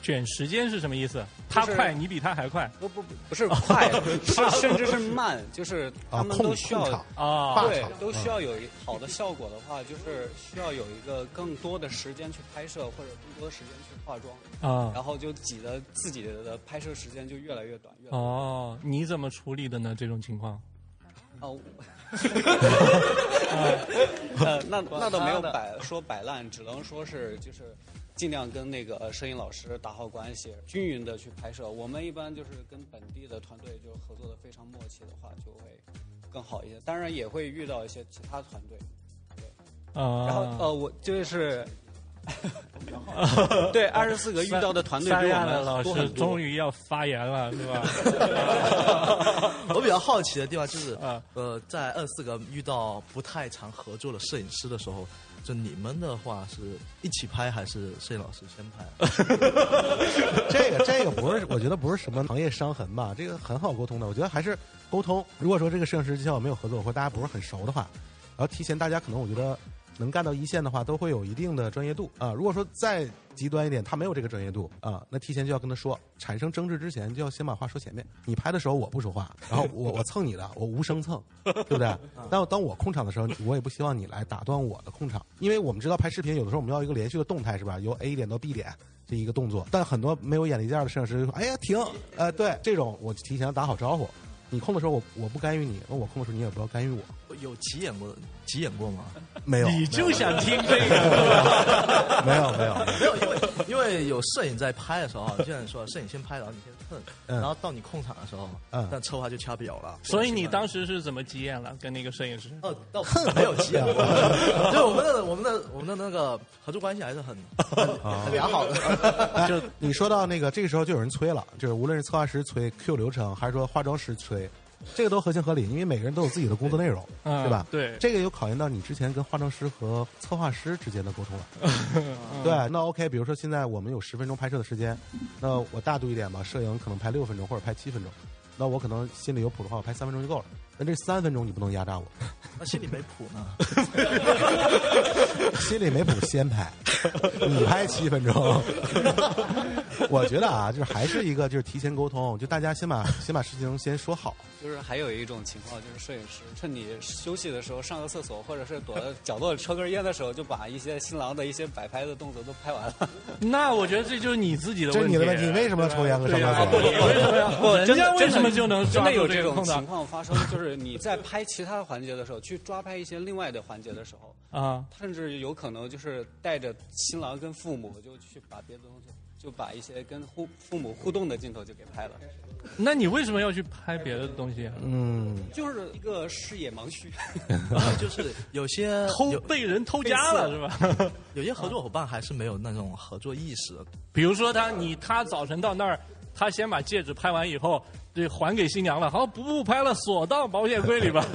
卷时间是什么意思？他快，你比他还快？ 不不不，不是快，是甚至是慢，就是他们都需要啊， 对，都需要有一好的效果的话，就是需要有一个更多的时间去拍摄，或者更多的时间去化妆啊， 然后就挤得自己的拍摄时间就越来越短，越来越短。 哦，你怎么处理的呢？这种情况？ 哦。呃，那那倒没有摆说摆烂，只能说是就是尽量跟那个摄影老师打好关系，均匀的去拍摄。我们一般就是跟本地的团队就合作的非常默契的话，就会更好一些。当然也会遇到一些其他团队，对， 啊， 然后呃，我就是对二十四个遇到的团队比我们老师终于要发言了，是吧？ 我比较好奇的地方就是，呃，在二十四个遇到不太常合作的摄影师的时候，就你们的话是一起拍还是摄影老师先拍？ 这个这个不是，我觉得不是什么行业伤痕吧，这个很好沟通的。我觉得还是沟通。如果说这个摄影师之前我没有合作，或者大家不是很熟的话，然后提前大家可能我觉得能干到一线的话，都会有一定的专业度啊。如果说再极端一点，他没有这个专业度啊，那提前就要跟他说，产生争执之前就要先把话说前面。你拍的时候我不说话，然后我我蹭你的，我无声蹭，对不对？但当我控场的时候，我也不希望你来打断我的控场，因为我们知道拍视频有的时候我们要一个连续的动态，是吧？由 A 点到 B 点这一个动作，但很多没有眼力见的摄影师就说：“哎呀，停！”呃，对，这种我提前打好招呼。你控的时候我我不干预你，那我控的时候你也不要干预我。 有急眼过急眼过吗？ 没有。 你就想听这个？ 没有没有没有，因为因为有摄影在拍的时候，就像你说，摄影先拍，然后你先蹭， 嗯、 然后到你控场的时候，嗯，但策划就掐表了。 所以你当时是怎么急眼了？跟那个摄影师？ 哦，倒没有急眼过，就我们的我们的我们的那个合作关系还是很很良好的。 就你说到那个，这个时候就有人催了，就是无论是策划师催 Q 流程，还是说化妆师催。这个都合情合理，因为每个人都有自己的工作内容， 嗯、 对吧？ 对， 这个有考验到你之前跟化妆师和策划师之间的沟通了。对，那 OK， 比如说现在我们有十分钟拍摄的时间，那我大度一点吧，摄影可能拍六分钟或者拍七分钟，那我可能心里有谱的话，我拍三分钟就够了。那这三分钟你不能压榨我， 那心里没谱呢？ 心里没谱先拍，你拍七分钟。我觉得啊，就是还是一个就是提前沟通，就大家先把先把事情先说好。 就是还有一种情况，就是摄影师趁你休息的时候上个厕所，或者是躲在角落里抽根烟的时候，就把一些新郎的一些摆拍的动作都拍完了。 那我觉得这就是你自己的问题。 这是你的问题，为什么要抽烟和上厕所？ 不，你为什么要？ 不， 人家为什么就能真的有这种情况发生？就是你在拍其他环节的时候，去抓拍一些另外的环节的时候， 啊， 甚至有可能就是带着新郎跟父母就去把别的东西。就把一些跟父父母互动的镜头就给拍了。 那你为什么要去拍别的东西？ 嗯， 就是一个视野盲区， 就是有些偷被人偷家了是吧？ 有些合作伙伴还是没有那种合作意识。 比如说他，你他早晨到那儿，他先把戒指拍完以后，对，还给新娘了，好，不不拍了，锁到保险柜里吧。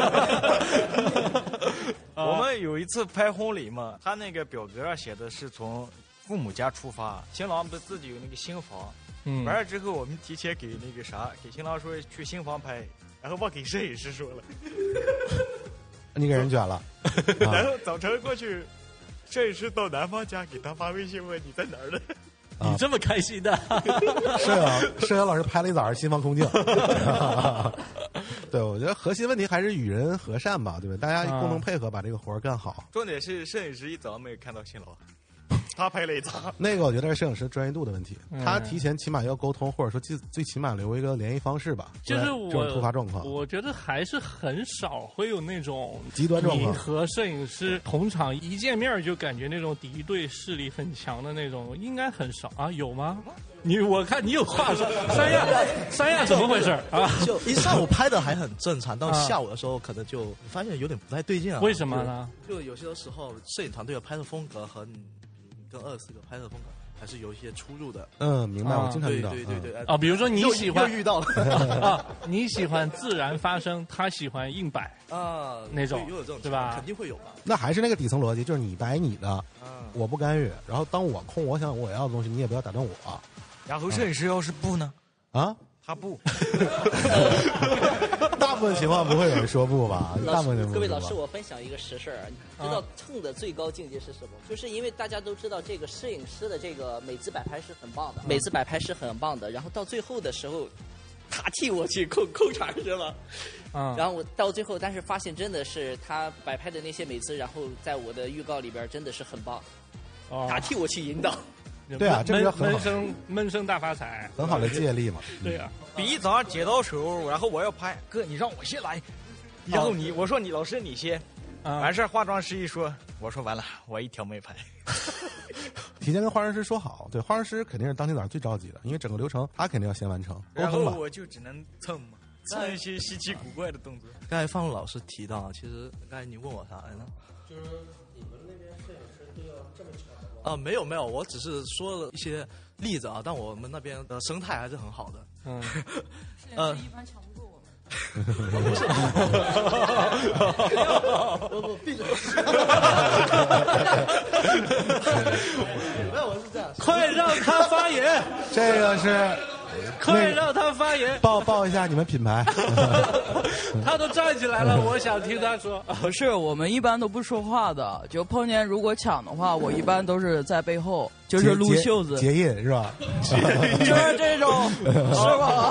我们有一次拍婚礼嘛，他那个表格上写的是从父母家出发，新郎不是自己有那个新房， 嗯， 完了之后我们提前给那个啥，给新郎说去新房拍，然后忘给摄影师说了， 你给人卷了， 然后早晨过去，摄影师到男方家给他发微信问你在哪儿呢？ 你这么开心的？ 摄影摄影老师拍了一早上新房空镜。对，我觉得核心问题还是与人和善吧，对吧？大家共同配合把这个活儿干好。 重点是摄影师一早没有看到新郎。他拍了一张， 那个我觉得是摄影师专业度的问题，嗯、他提前起码要沟通，或者说最最起码留一个联系方式吧。 就是我这种突发状况， 我觉得还是很少会有那种极端状况。 你和摄影师同场一见面就感觉那种敌对势力很强的那种，应该很少啊？有吗？你我看你有话说，三亚三亚怎么回事啊？ 就一上午拍的还很正常，到下午的时候可能就发现有点不太对劲啊。 为什么呢？ 就, 就有些时候摄影团队的拍摄风格和你跟二十四个拍摄风格还是有一些出入的。 嗯，明白，啊、我经常遇到。 对对对对。 啊，比如说你喜欢又遇到了啊，你喜欢自然发生，他喜欢硬摆啊， 那种， 又有这种对吧？ 肯定会有吧。 那还是那个底层逻辑，就是你摆你的，我不干预。然后当我控我想我要的东西，你也不要打断我。 然后摄影师要是不呢？ 啊， 他不。 大部分情况不会有人说不吧？大老师部分情况各位老师，我分享一个实事儿，你知道蹭的最高境界是什么？就是因为大家都知道这个摄影师的这个美姿摆拍是很棒的，美姿摆拍是很棒的，然后到最后的时候，他替我去扣扣场是吧？ 啊、 然后我到最后，但是发现真的是他摆拍的那些美姿，然后在我的预告里边真的是很棒， 哦、 他替我去引导。 对啊，这个很好， 闷声闷声大发财， 很好的借力嘛。 对啊， 比早上接到手，然后我要拍，哥你让我先来，然后你我说你老师你先， 啊、 完事儿化妆师一说，我说完了，我一条没拍。 提前跟化妆师说好，对，化妆师肯定是当天早上最着急的，因为整个流程他肯定要先完成。 然后我就只能蹭嘛，蹭一些稀奇古怪的动作。 刚才方老师提到，其实刚才你问我啥来着？ 就是你们那边摄影师都要这么巧的吗？ 啊，没有没有，我只是说了一些例子啊，但我们那边的生态还是很好的。 嗯， 呃， 一般抢不过我们。 不是，不不闭嘴！没有，我是这样。 快让他发言。 这个是。 快让他发言！ 报报一下你们品牌。 他都站起来了，我想听他说。 不是，我们一般都不说话的，就碰见如果抢的话，我一般都是在背后，就是撸袖子、 结印是吧？ 就是这种，是吧？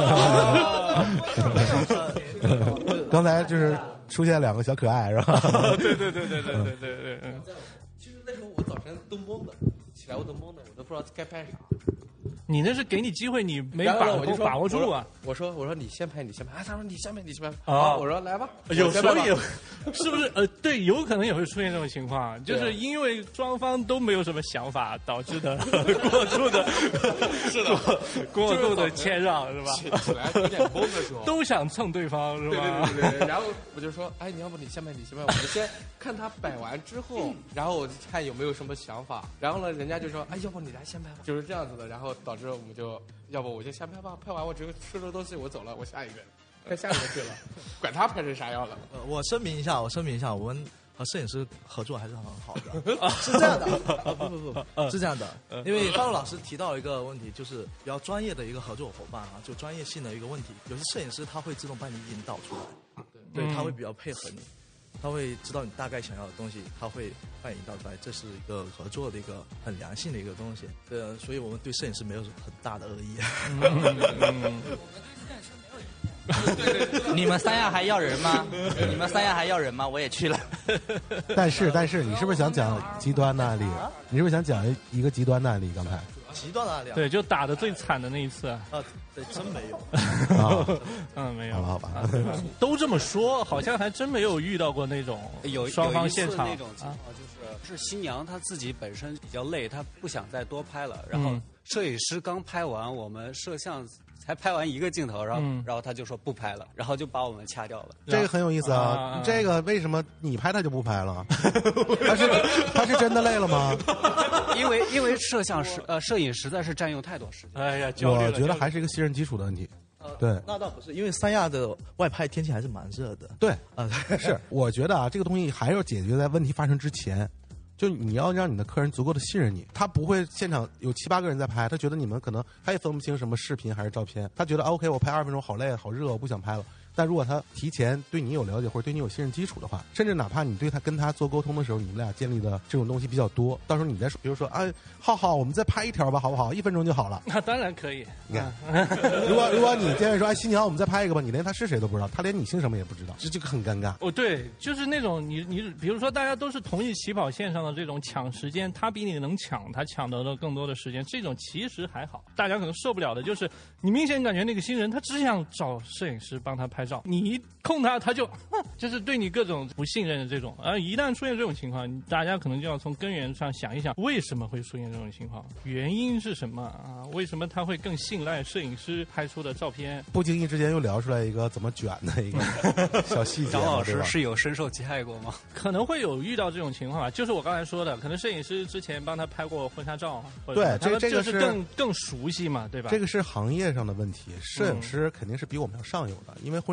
刚才就是出现两个小可爱是吧？ 对对对对对对对对。嗯。 其实那时候我早晨都懵的，起来我都懵的，我都不知道该拍啥。 你那是给你机会，你没把握把握住啊！ 我说我说你先拍你先拍，啊，他说你先拍你先拍啊！ 我说来吧， 有时候也是不是呃对，有可能也会出现这种情况，就是因为双方都没有什么想法导致的过度的， 是的， 过度的谦让是吧？ 起来有点懵的时候， 都想蹭对方是吧？ 对对对对。然后我就说，哎，你要不你先拍你先拍，我就先看他摆完之后，然后我就看有没有什么想法。然后呢，人家就说，哎，要不你来先拍吧，就是这样子的。然后导致我们就。要不我就先拍吧，拍完我只有收拾东西我走了，我下一个拍下一个去了，管他拍成啥样了。 呃，我声明一下，我声明一下，我们和摄影师合作还是很好的。是这样的，啊、不不不不，是这样的，因为方老师提到一个问题，就是比较专业的一个合作伙伴啊，就专业性的一个问题，有些摄影师他会自动帮你引导出来，对，对他会比较配合你。他会知道你大概想要的东西，他会帮你引导出来，这是一个合作的一个很良性的一个东西。对，所以我们对摄影师没有很大的恶意。 嗯你们三亚还要人吗？你们三亚还要人吗？我也去了。 但是但是，你是不是想讲极端的案例？你是不是想讲一个极端的案例？刚才极端的案例， 对，就打的最惨的那一次啊。 对，真没有。 啊， 嗯，没有。 好吧，好吧， 啊、都这么说，好像还真没有遇到过那种有双方现场那种情况，就是是新娘她自己本身比较累，她不想再多拍了，然后摄影师刚拍完，我们摄像才拍完一个镜头，然后、嗯、然后他就说不拍了，然后就把我们掐掉了。 这个很有意思啊！啊这个为什么你拍他就不拍了？他是他是真的累了吗？ 因为因为摄像师呃摄影实在是占用太多时间。 哎呀， 我觉得还是一个信任基础的问题。对， 那倒不是，因为三亚的外拍天气还是蛮热的。 对，啊，是，我觉得啊，这个东西还要解决在问题发生之前。就你要让你的客人足够的信任你，他不会现场有七八个人在拍，他觉得你们可能他也分不清什么视频还是照片，他觉得 OK 我拍二十分钟好累好热我不想拍了。但如果他提前对你有了解或者对你有信任基础的话，甚至哪怕你对他跟他做沟通的时候，你们俩建立的这种东西比较多，到时候你再说，比如说啊，浩浩，我们再拍一条吧，好不好？一分钟就好了。 那当然可以。 你看，如果如果你建议说，哎，新娘，我们再拍一个吧，你连他是谁都不知道，他连你姓什么也不知道，这这个很尴尬。 哦，对，就是那种你你比如说大家都是同一起跑线上的这种抢时间，他比你能抢，他抢得了更多的时间，这种其实还好。大家可能受不了的就是你明显感觉那个新人他只想找摄影师帮他拍照，你一控他他就就是对你各种不信任的这种，而一旦出现这种情况，大家可能就要从根源上想一想，为什么会出现这种情况，原因是什么啊？为什么他会更信赖摄影师拍出的照片？ 不经意之间又聊出来一个怎么卷的一个小细节。 张老师是有深受其害过吗？ 可能会有遇到这种情况吧，就是我刚才说的，可能摄影师之前帮他拍过婚纱照， 对，这这个是更更熟悉嘛，对吧？ 这个是行业上的问题，摄影师肯定是比我们要上游的，因为婚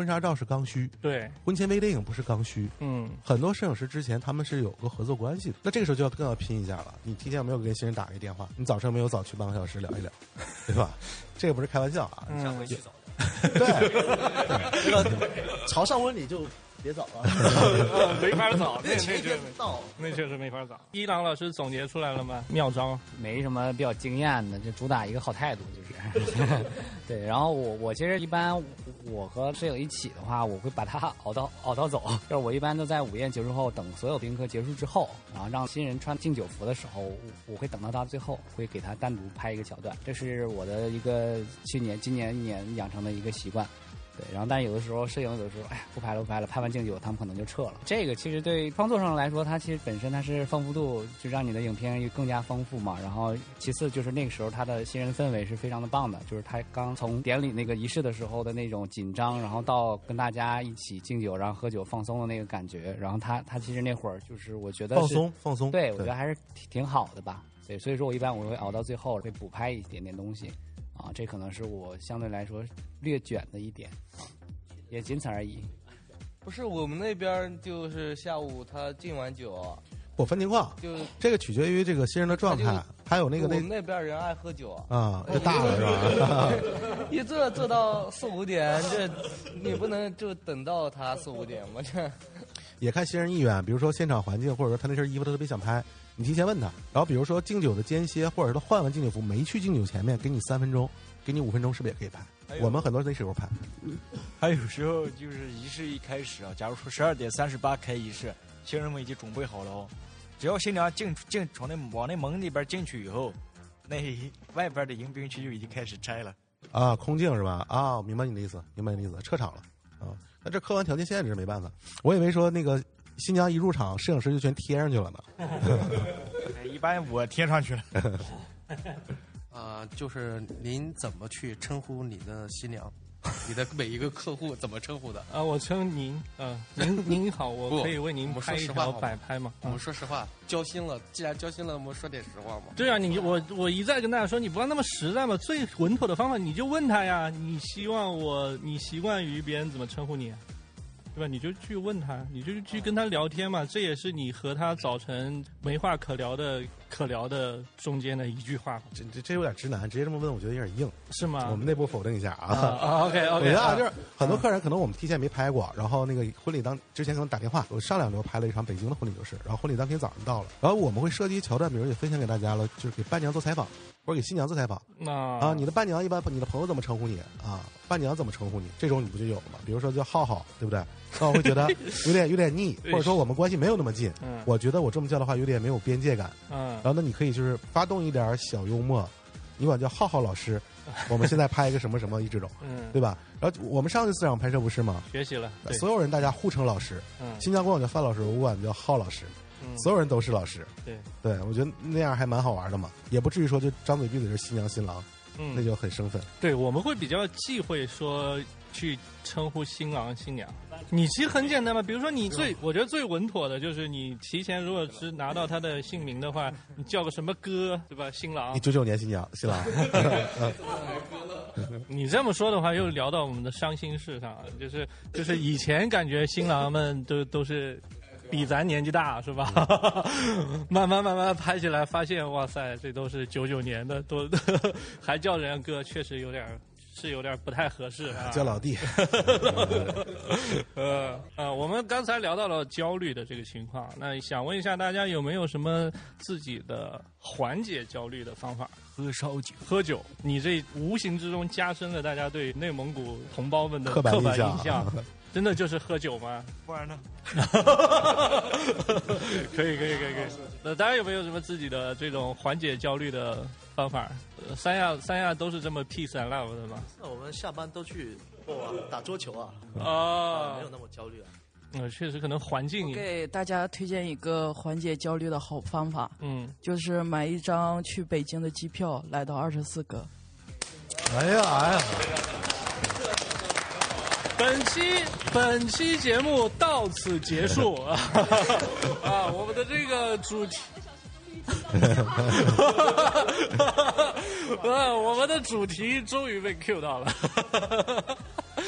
婚纱照是刚需， 对， 婚前微电影不是刚需， 嗯， 很多摄影师之前他们是有个合作关系的，那这个时候就要更要拼一下了。你提前有没有给新人打一个电话？你早晨没有早去半个小时聊一聊，对吧？这个不是开玩笑啊， 嗯、 上回去早。 对， 这个潮汕婚礼就别找了， 没法找，那前一天到， 那确实没法找。伊朗老师总结出来了吗？妙招没什么比较惊艳的，就主打一个好态度，就是对。然后我我其实一般我和室友一起的话，我会把他熬到熬到走，就是我一般都在午宴结束后，等所有宾客结束之后，然后让新人穿敬酒服的时候，我会等到他最后，会给他单独拍一个桥段，这是我的一个去年今年一年养成的一个习惯。对，然后但是有的时候摄影有的时候，哎，不拍了不拍了，拍完敬酒他们可能就撤了。这个其实对创作上来说，它其实本身它是丰富度，就让你的影片更加丰富嘛。然后其次就是那个时候他的新人氛围是非常的棒的，就是他刚从典礼那个仪式的时候的那种紧张，然后到跟大家一起敬酒，然后喝酒放松的那个感觉。然后他他其实那会儿就是我觉得放松放松， 对我觉得还是挺挺好的吧。对，所以说我一般我会熬到最后，会补拍一点点东西。啊，这可能是我相对来说略卷的一点，啊，也仅此而已。 不是我们那边就是下午他敬完酒， 我分情况， 就这个取决于这个新人的状态，还有那个那我们那边人爱喝酒啊，这大了是吧？ 一坐坐到四五点，这你不能就等到他四五点吗？这也看新人意愿，比如说现场环境，或者说他那身衣服他特别想拍。你提前问他，然后比如说敬酒的间歇，或者是他换完敬酒服没去敬酒前面，给你三分钟，给你五分钟，是不是也可以拍？我们很多人那时候拍。 还有时候就是仪式一开始啊，假如说十二点三十八开仪式，新人们已经准备好了哦，只要新娘进进从那往那门里边进去以后，那外边的迎宾区就已经开始拆了。 啊，空镜是吧？啊，明白你的意思，明白你的意思，撤场了啊。那这客观条件限制没办法，我以为说那个。新娘一入场，摄影师就全贴上去了呢。 一般我贴上去了。 啊、呃，就是您怎么去称呼你的新娘？你的每一个客户怎么称呼的？ 啊，我称您，啊，您您好，我可以为您拍一条摆拍吗？ 我们说实话，交心了，既然交心了，我们说点实话嘛。 对啊，你我我一再跟大家说，你不要那么实在嘛，最稳妥的方法你就问他呀，你希望我，你习惯于别人怎么称呼你？对吧？你就去问他，你就去跟他聊天嘛，这也是你和他早晨没话可聊的可聊的中间的一句话。 这这这有点直男，直接这么问，我觉得有点硬， 是吗？ 我们内部否定一下啊。 啊 ，OK OK。 我觉得啊，就是很多客人可能我们提前没拍过，然后那个婚礼当之前可能打电话，我上两周拍了一场北京的婚礼，就是，然后婚礼当天早上到了，然后我们会设计桥段，比如也分享给大家了，就是给伴娘做采访。或者给新娘做采访， 那啊，你的伴娘一般，你的朋友怎么称呼你啊？伴娘怎么称呼你？这种你不就有了吗？比如说叫浩浩，对不对？那我会觉得有点有点腻，或者说我们关系没有那么近， 嗯， 我觉得我这么叫的话有点没有边界感， 嗯， 然后呢，你可以就是发动一点小幽默，你管叫浩浩老师，我们现在拍一个什么什么一这种， 嗯， 对吧？然后我们上一次场拍摄不是吗？ 学习了， 所有人大家互称老师， 嗯， 新疆管我叫范老师，我管叫浩老师。 嗯、 所有人都是老师， 对对，我觉得那样还蛮好玩的嘛，也不至于说就张嘴闭嘴是新娘新郎， 嗯， 那就很生分。 对，我们会比较忌讳说去称呼新郎新娘。你其实很简单嘛，比如说你最，我觉得最稳妥的就是你提前如果是拿到他的姓名的话，你叫个什么哥，对吧？新郎， 你九九年新娘新郎。 你这么说的话，又聊到我们的伤心事上，就是就是以前感觉新郎们都都是。比咱年纪大是吧？慢慢慢慢拍起来，发现哇塞，这都是九九年的，都还叫人哥，确实有点是有点不太合适啊。 叫老弟。 呃呃，我们刚才聊到了焦虑的这个情况，那想问一下大家有没有什么自己的缓解焦虑的方法？ 喝烧酒， 喝酒，你这无形之中加深了大家对内蒙古同胞们的刻板印象。 印象真的就是喝酒吗？ 不然呢？ 可以可以可以可以。那大家有没有什么自己的这种缓解焦虑的方法？呃、三亚三亚都是这么 peace and love 的吗？ 那我们下班都去哦、啊、打桌球啊， 啊、 呃，没有那么焦虑啊。 嗯，确实可能环境。 我给大家推荐一个缓解焦虑的好方法， 嗯， 就是买一张去北京的机票，来到二十四格。 哎呀哎呀！ 本期本期节目到此结束啊！啊，我们的这个主题，啊，我们的主题终于被 Q 到了。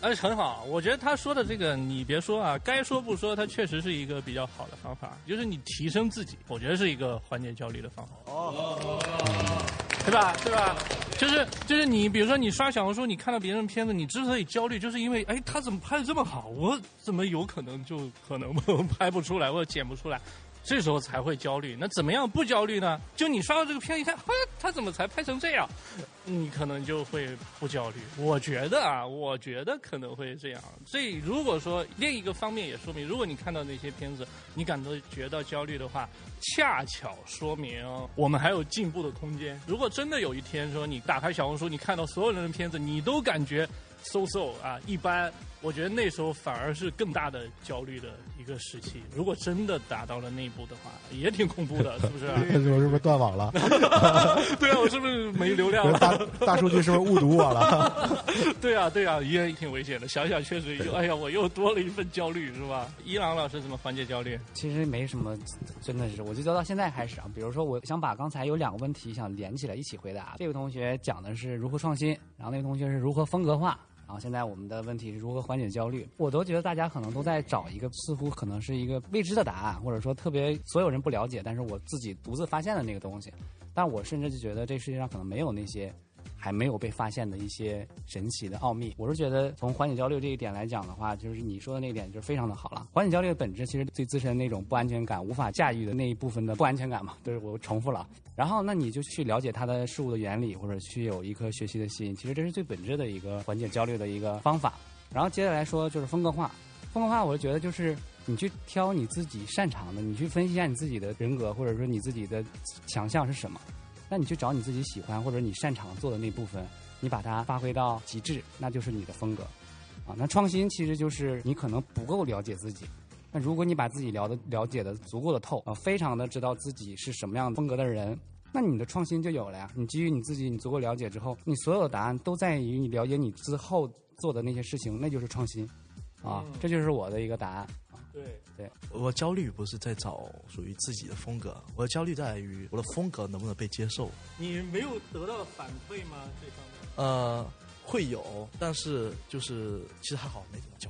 哎，很好，我觉得他说的这个，你别说啊，该说不说，它确实是一个比较好的方法，就是你提升自己，我觉得是一个缓解焦虑的方法。哦，对吧？对吧？就是就是你，比如说你刷小红书，你看到别人片子，你之所以焦虑，就是因为哎，他怎么拍的这么好，我怎么有可能就可能拍不出来或者剪不出来？这时候才会焦虑。那怎么样不焦虑呢？就你刷到这个片一看，他怎么才拍成这样？你可能就会不焦虑。我觉得啊，我觉得可能会这样。所以如果说另一个方面也说明，如果你看到那些片子，你感到觉到焦虑的话，恰巧说明我们还有进步的空间。如果真的有一天说你打开小红书，你看到所有人的片子，你都感觉so so 啊一般，我觉得那时候反而是更大的焦虑的一个时期。如果真的达到了那一步的话，也挺恐怖的，是不是、啊？ 我是不是断网了？ 对啊，我是不是没流量了？ 大大数据是不是误读我了？ 对啊，对啊，也挺危险的。想想确实又，哎呀，我又多了一份焦虑，是吧？伊朗老师怎么缓解焦虑？ 其实没什么，真的是，我就到现在开始啊。比如说，我想把刚才有两个问题想连起来一起回答。这个同学讲的是如何创新，然后那个同学是如何风格化。然后现在我们的问题是如何缓解焦虑，我都觉得大家可能都在找一个似乎可能是一个未知的答案，或者说特别所有人不了解，但是我自己独自发现的那个东西。但我甚至就觉得这世界上可能没有那些还没有被发现的一些神奇的奥秘。我是觉得从缓解焦虑这一点来讲的话，就是你说的那一点就是非常的好了。缓解焦虑的本质其实最自身那种不安全感，无法驾驭的那一部分的不安全感嘛，就是我重复了。然后那你就去了解它的事物的原理，或者去有一颗学习的心，其实这是最本质的一个缓解焦虑的一个方法。然后接下来说就是风格化，风格化我觉得就是你去挑你自己擅长的，你去分析一下你自己的人格，或者说你自己的强项是什么，那你去找你自己喜欢或者你擅长做的那部分，你把它发挥到极致，那就是你的风格啊。那创新其实就是你可能不够了解自己，那如果你把自己了的了解的足够的透啊，非常的知道自己是什么样的风格的人，那你的创新就有了呀。你基于你自己你足够了解之后，你所有的答案都在于你了解你之后做的那些事情，那就是创新啊、嗯。这就是我的一个答案。 对对， 我焦虑不是在找属于自己的风格，我的焦虑在于我的风格能不能被接受。 你没有得到反馈吗？这方面？ 呃，会有，但是就是其实还好，没怎么焦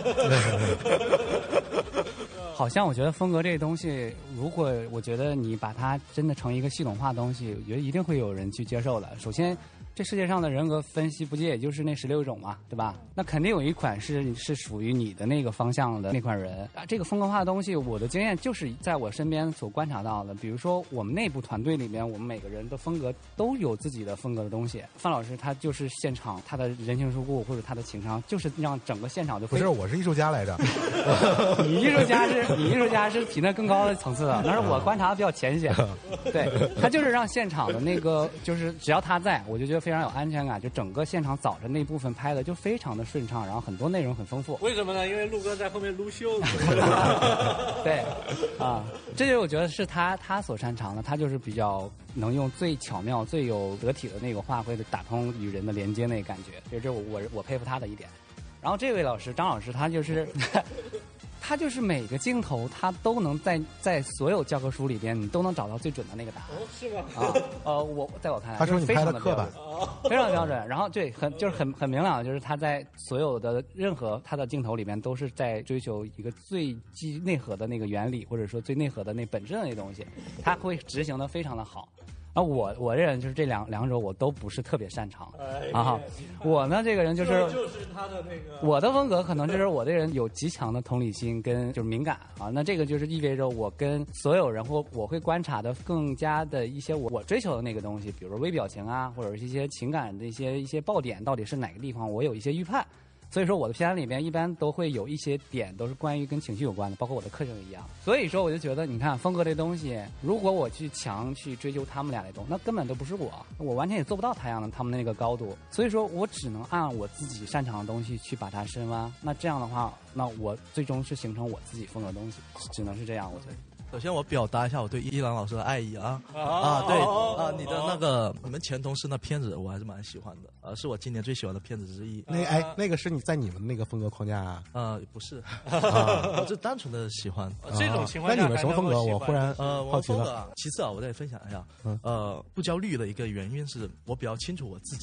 虑。 好像我觉得风格这个东西，如果我觉得你把它真的成一个系统化的东西，我觉得一定会有人去接受的。首先，这世界上的人格分析不就也就是那十六种嘛，对吧？那肯定有一款是是属于你的那个方向的那款人啊。这个风格化的东西，我的经验就是在我身边所观察到的。比如说我们内部团队里面，我们每个人的风格都有自己的风格的东西。范老师他就是现场他的人情世故或者他的情商，就是让整个现场就不是，我是艺术家来着。 你艺术家是你艺术家是比那更高的层次的，但是我观察的比较浅显。对，他就是让现场的那个就是只要他在，我就觉得非常有安全感，就整个现场早晨那部分拍的就非常的顺畅，然后很多内容很丰富。 为什么呢？因为陆哥在后面撸袖子。 对，啊，这就是我觉得是他他所擅长的，他就是比较能用最巧妙、最有得体的那个发挥的打通与人的连接那个感觉，这是我我我佩服他的一点。然后这位老师张老师，他就是他就是每个镜头他都能在在所有教科书里边你都能找到最准的那个答案。 哦，是吗？ 啊，呃，我在我看来， 他说你拍的刻板， 非常标准。然后对，很就是很很明朗，就是他在所有的任何他的镜头里边都是在追求一个最基内核的那个原理，或者说最内核的那本质的那东西，他会执行的非常的好。啊，我我这人就是这两两者我都不是特别擅长、哎、啊。我呢，这个人就是就是他的那个我的风格，可能就是我这人有极强的同理心跟就是敏感啊。那这个就是意味着我跟所有人或我会观察的更加的一些我我追求的那个东西，比如说微表情啊，或者是一些情感的一些一些爆点，到底是哪个地方，我有一些预判。所以说我的片里面一般都会有一些点都是关于跟情绪有关的，包括我的课程一样。所以说我就觉得，你看风格这东西，如果我去强去追求他们俩那东西，那根本都不是我，我完全也做不到他样的他们那个高度。所以说我只能按我自己擅长的东西去把它深挖。那这样的话，那我最终是形成我自己风格的东西，只能是这样。我觉得。 首先，我表达一下我对伊朗老师的爱意啊啊，对啊，你的那个你们前同事那片子我还是蛮喜欢的，呃，是我今年最喜欢的片子之一。 那哎，那个是你在你们那个风格框架啊？ 呃，不是，啊、我就单纯的喜欢。 这种情况下， 那你们什么风格？我忽然呃好奇了。 啊、其次啊，我再分享一下，呃，不焦虑的一个原因是我比较清楚我自己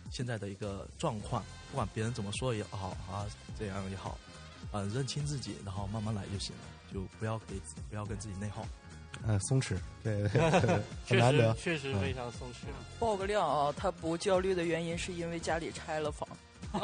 现在的一个状况，不管别人怎么说也好啊，这样也好，呃，认清自己，然后慢慢来就行了，就不要给不要跟自己内耗。 呃，松弛，对对对，很确难得， 实确实非常松弛。 爆个料啊，他不焦虑的原因是因为家里拆了房。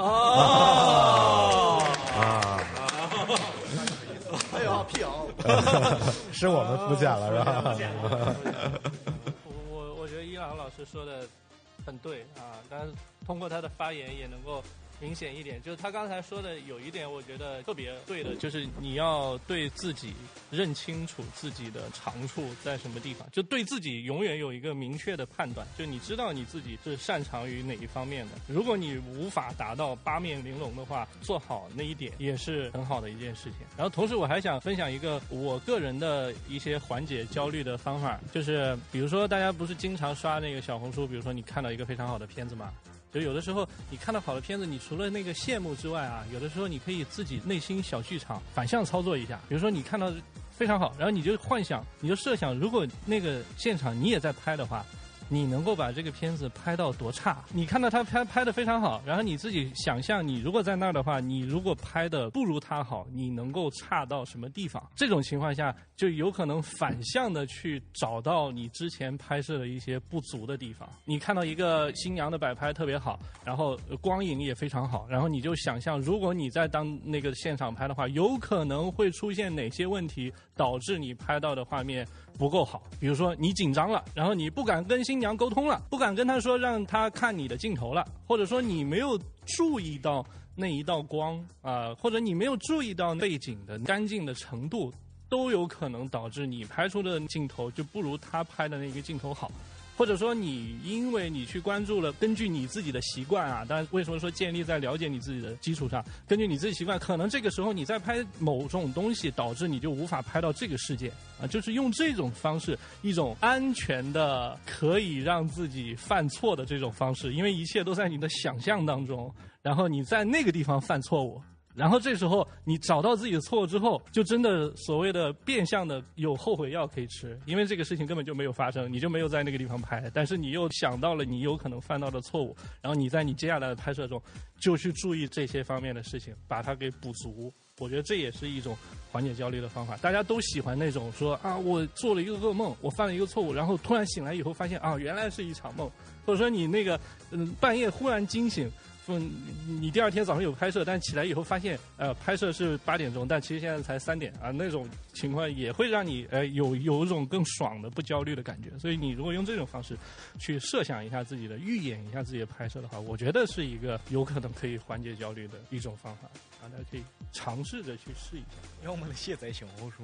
哦啊！ 哎呦，辟谣， 是我们肤浅了，是吧？ 我我我觉得伊朗老师说的很对啊，但是通过他的发言也能够明显一点，就是他刚才说的有一点，我觉得特别对的，就是你要对自己认清楚自己的长处在什么地方，就对自己永远有一个明确的判断，就你知道你自己是擅长于哪一方面的。如果你无法达到八面玲珑的话，做好那一点也是很好的一件事情。然后同时我还想分享一个我个人的一些缓解焦虑的方法，就是比如说大家不是经常刷那个小红书，比如说你看到一个非常好的片子嘛，就有的时候你看到好的片子，你除了那个羡慕之外啊，有的时候你可以自己内心小剧场反向操作一下。比如说你看到非常好，然后你就幻想，你就设想，如果那个现场你也在拍的话，你能够把这个片子拍到多差？你看到他拍拍的非常好，然后你自己想象，你如果在那儿的话，你如果拍的不如他好，你能够差到什么地方？这种情况下，就有可能反向的去找到你之前拍摄的一些不足的地方。你看到一个新娘的摆拍特别好，然后光影也非常好，然后你就想象，如果你在当那个现场拍的话，有可能会出现哪些问题，导致你拍到的画面不够好。比如说你紧张了，然后你不敢跟新娘沟通了，不敢跟她说让她看你的镜头了，或者说你没有注意到那一道光啊、呃，或者你没有注意到背景的干净的程度，都有可能导致你拍出的镜头就不如他拍的那个镜头好。或者说你因为你去关注了，根据你自己的习惯啊，当然为什么说建立在了解你自己的基础上，根据你自己习惯，可能这个时候你在拍某种东西，导致你就无法拍到这个世界啊，就是用这种方式，一种安全的可以让自己犯错的这种方式，因为一切都在你的想象当中，然后你在那个地方犯错误。然后这时候你找到自己的错误之后，就真的所谓的变相的有后悔药可以吃，因为这个事情根本就没有发生，你就没有在那个地方拍，但是你又想到了你有可能犯到的错误，然后你在你接下来的拍摄中就去注意这些方面的事情，把它给补足。我觉得这也是一种缓解焦虑的方法。大家都喜欢那种说啊，我做了一个噩梦，我犯了一个错误，然后突然醒来以后发现啊，原来是一场梦，或者说你那个嗯半夜忽然惊醒。嗯，你第二天早上有拍摄，但起来以后发现，呃，拍摄是八点钟，但其实现在才三点啊，那种情况也会让你呃有有一种更爽的不焦虑的感觉。所以你如果用这种方式去设想一下自己的、预演一下自己的拍摄的话，我觉得是一个有可能可以缓解焦虑的一种方法，大家可以尝试着去试一下。 要么卸载小红书。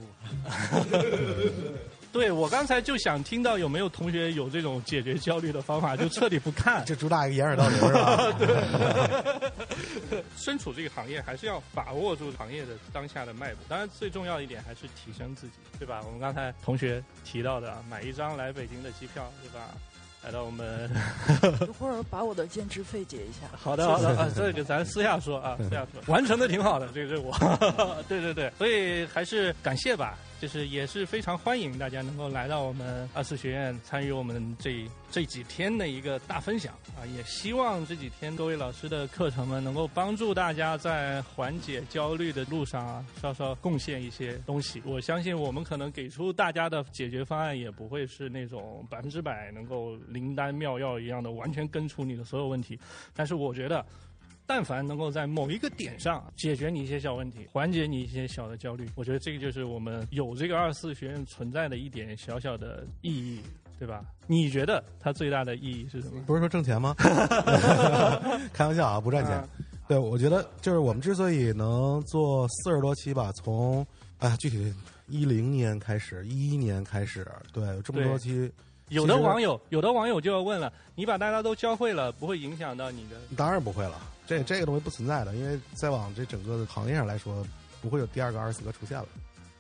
对，我刚才就想听到有没有同学有这种解决焦虑的方法，就彻底不看， 就主打一个掩耳盗铃是吧？ 对，身处这个行业还是要把握住行业的当下的脉搏。当然，最重要一点还是提升自己，对吧？我们刚才同学提到的，买一张来北京的机票，对吧？来到我们一会儿把我的兼职费结一下。 好的，好的啊，这个咱私下说啊，私下说，完成的挺好的，这个是我，对对对，所以还是感谢吧。就是也是非常欢迎大家能够来到我们二次学院参与我们这这几天的一个大分享啊，也希望这几天各位老师的课程们能够帮助大家在缓解焦虑的路上啊，稍稍贡献一些东西。我相信我们可能给出大家的解决方案也不会是那种百分之百能够灵丹妙药一样的完全根除你的所有问题，但是我觉得但凡能够在某一个点上解决你一些小问题，缓解你一些小的焦虑，我觉得这个就是我们有这个二四学院存在的一点小小的意义，对吧？你觉得它最大的意义是什么？ 不是说挣钱吗？开玩笑啊，不赚钱。对，我觉得就是我们之所以能做四十多期吧，从哎呀具体一零年开始，一一年开始，对，有这么多期。 有的网友，有的网友就要问了：你把大家都教会了，不会影响到你的？ 当然不会了，这这个东西不存在的，因为再往这整个的行业上来说，不会有第二个二十四个出现了。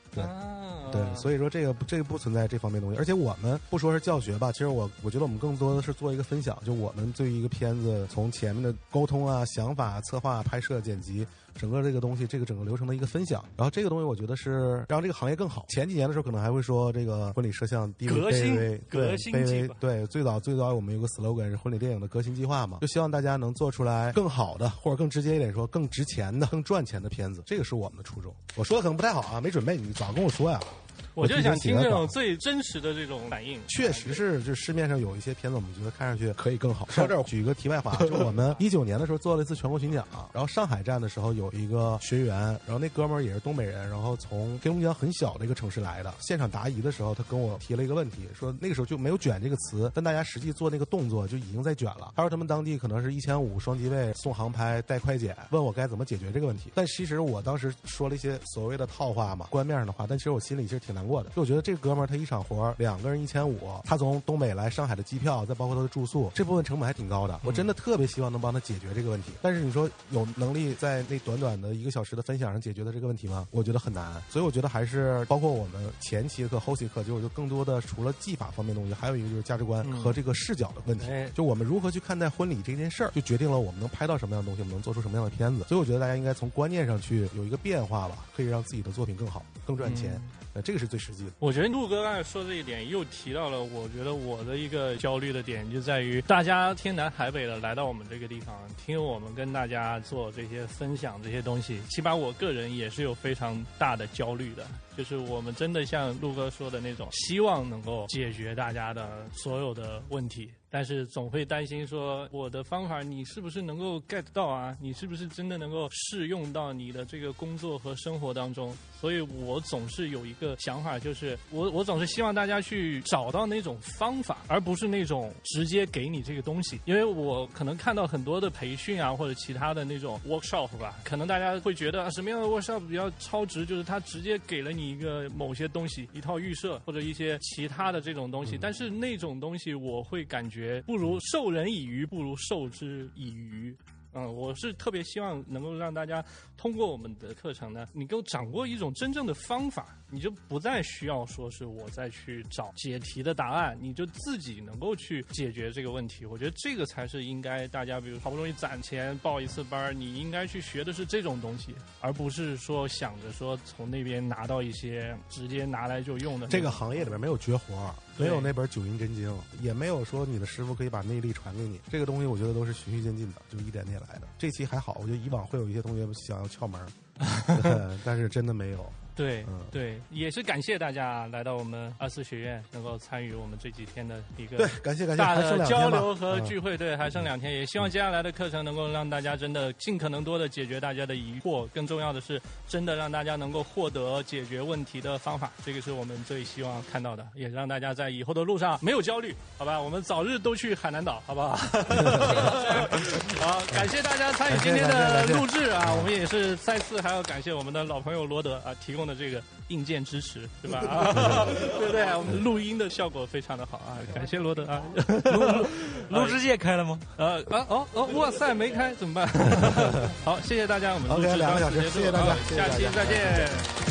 对。 啊对，所以说这个这个不存在这方面东西，而且我们不说是教学吧，其实我我觉得我们更多的是做一个分享，就我们对于一个片子从前面的沟通啊、想法、策划、拍摄、剪辑，整个这个东西，这个整个流程的一个分享。然后这个东西我觉得是让这个行业更好。前几年的时候可能还会说这个婚礼摄像地位卑微，对，卑微，对，最早最早我们有个 slogan 是婚礼电影的革新计划嘛，就希望大家能做出来更好的，或者更直接一点说更值钱的、更赚钱的片子，这个是我们的初衷。我说的可能不太好啊，没准备，你早跟我说呀。 我就想听这种最真实的这种反应。 确实是，就市面上有一些片子，我们觉得看上去可以更好。说这儿举一个题外话，就我们一九年的时候做了一次全国巡讲，然后上海站的时候有一个学员，然后那哥们儿也是东北人，然后从黑龙江很小的一个城市来的。现场答疑的时候，他跟我提了一个问题，说那个时候就没有卷这个词，但大家实际做那个动作就已经在卷了。他说他们当地可能是一千五双机位送航拍带快检，问我该怎么解决这个问题。但其实我当时说了一些所谓的套话嘛，官面上的话，但其实我心里其实挺难过的，就我觉得这个哥们儿他一场活两个人一千五，他从东北来上海的机票，再包括他的住宿，这部分成本还挺高的。我真的特别希望能帮他解决这个问题，但是你说有能力在那短短的一个小时的分享上解决的这个问题吗？我觉得很难。所以我觉得还是包括我们前期课、后期课，就就更多的除了技法方面的东西，还有一个就是价值观和这个视角的问题。嗯、就我们如何去看待婚礼这件事儿，就决定了我们能拍到什么样的东西，我们能做出什么样的片子。所以我觉得大家应该从观念上去有一个变化吧，可以让自己的作品更好、更赚钱。嗯呃，这个是最实际的。 我觉得陆哥刚才说这一点，又提到了我觉得我的一个焦虑的点，就在于大家天南海北的来到我们这个地方，听我们跟大家做这些分享这些东西，起码我个人也是有非常大的焦虑的。就是我们真的像陆哥说的那种，希望能够解决大家的所有的问题，但是总会担心说我的方法你是不是能够 get 到啊？你是不是真的能够适用到你的这个工作和生活当中？所以我总是有一个想法，就是我我总是希望大家去找到那种方法，而不是那种直接给你这个东西。因为我可能看到很多的培训啊，或者其他的那种 workshop 吧，可能大家会觉得、啊、什么样的 workshop 比较超值，就是他直接给了你一个某些东西，一套预设或者一些其他的这种东西，但是那种东西我会感觉不如授人以鱼，不如授之以渔。嗯，我是特别希望能够让大家通过我们的课程呢，你够掌握一种真正的方法，你就不再需要说是我再去找解题的答案，你就自己能够去解决这个问题。我觉得这个才是应该大家，比如好不容易攒钱报一次班，你应该去学的是这种东西，而不是说想着说从那边拿到一些直接拿来就用的。 这个行业里边没有绝活，没有那本九阴真经，也没有说你的师傅可以把内力传给你。这个东西我觉得都是循序渐进的，就一点点来的。这期还好，我觉得以往会有一些同学想要窍门，但是真的没有。 对、嗯、对，也是感谢大家来到我们二四学院，能够参与我们这几天的一个对感谢感谢大的交流和聚会。对，还剩两天，也希望接下来的课程能够让大家真的尽可能多的解决大家的疑惑，更重要的是真的让大家能够获得解决问题的方法，这个是我们最希望看到的，也让大家在以后的路上没有焦虑，好吧？我们早日都去海南岛，好不好？好，感谢大家参与今天的录制啊！我们也是再次还要感谢我们的老朋友罗德啊提供的这个硬件支持，对吧？啊、对不对？我们录音的效果非常的好啊！感谢罗德啊！ 录制键开了吗？ 呃啊哦哦，哇塞，没开怎么办？好，谢谢大家，我们录制 OK 两个小时，谢谢大家， 下期再见。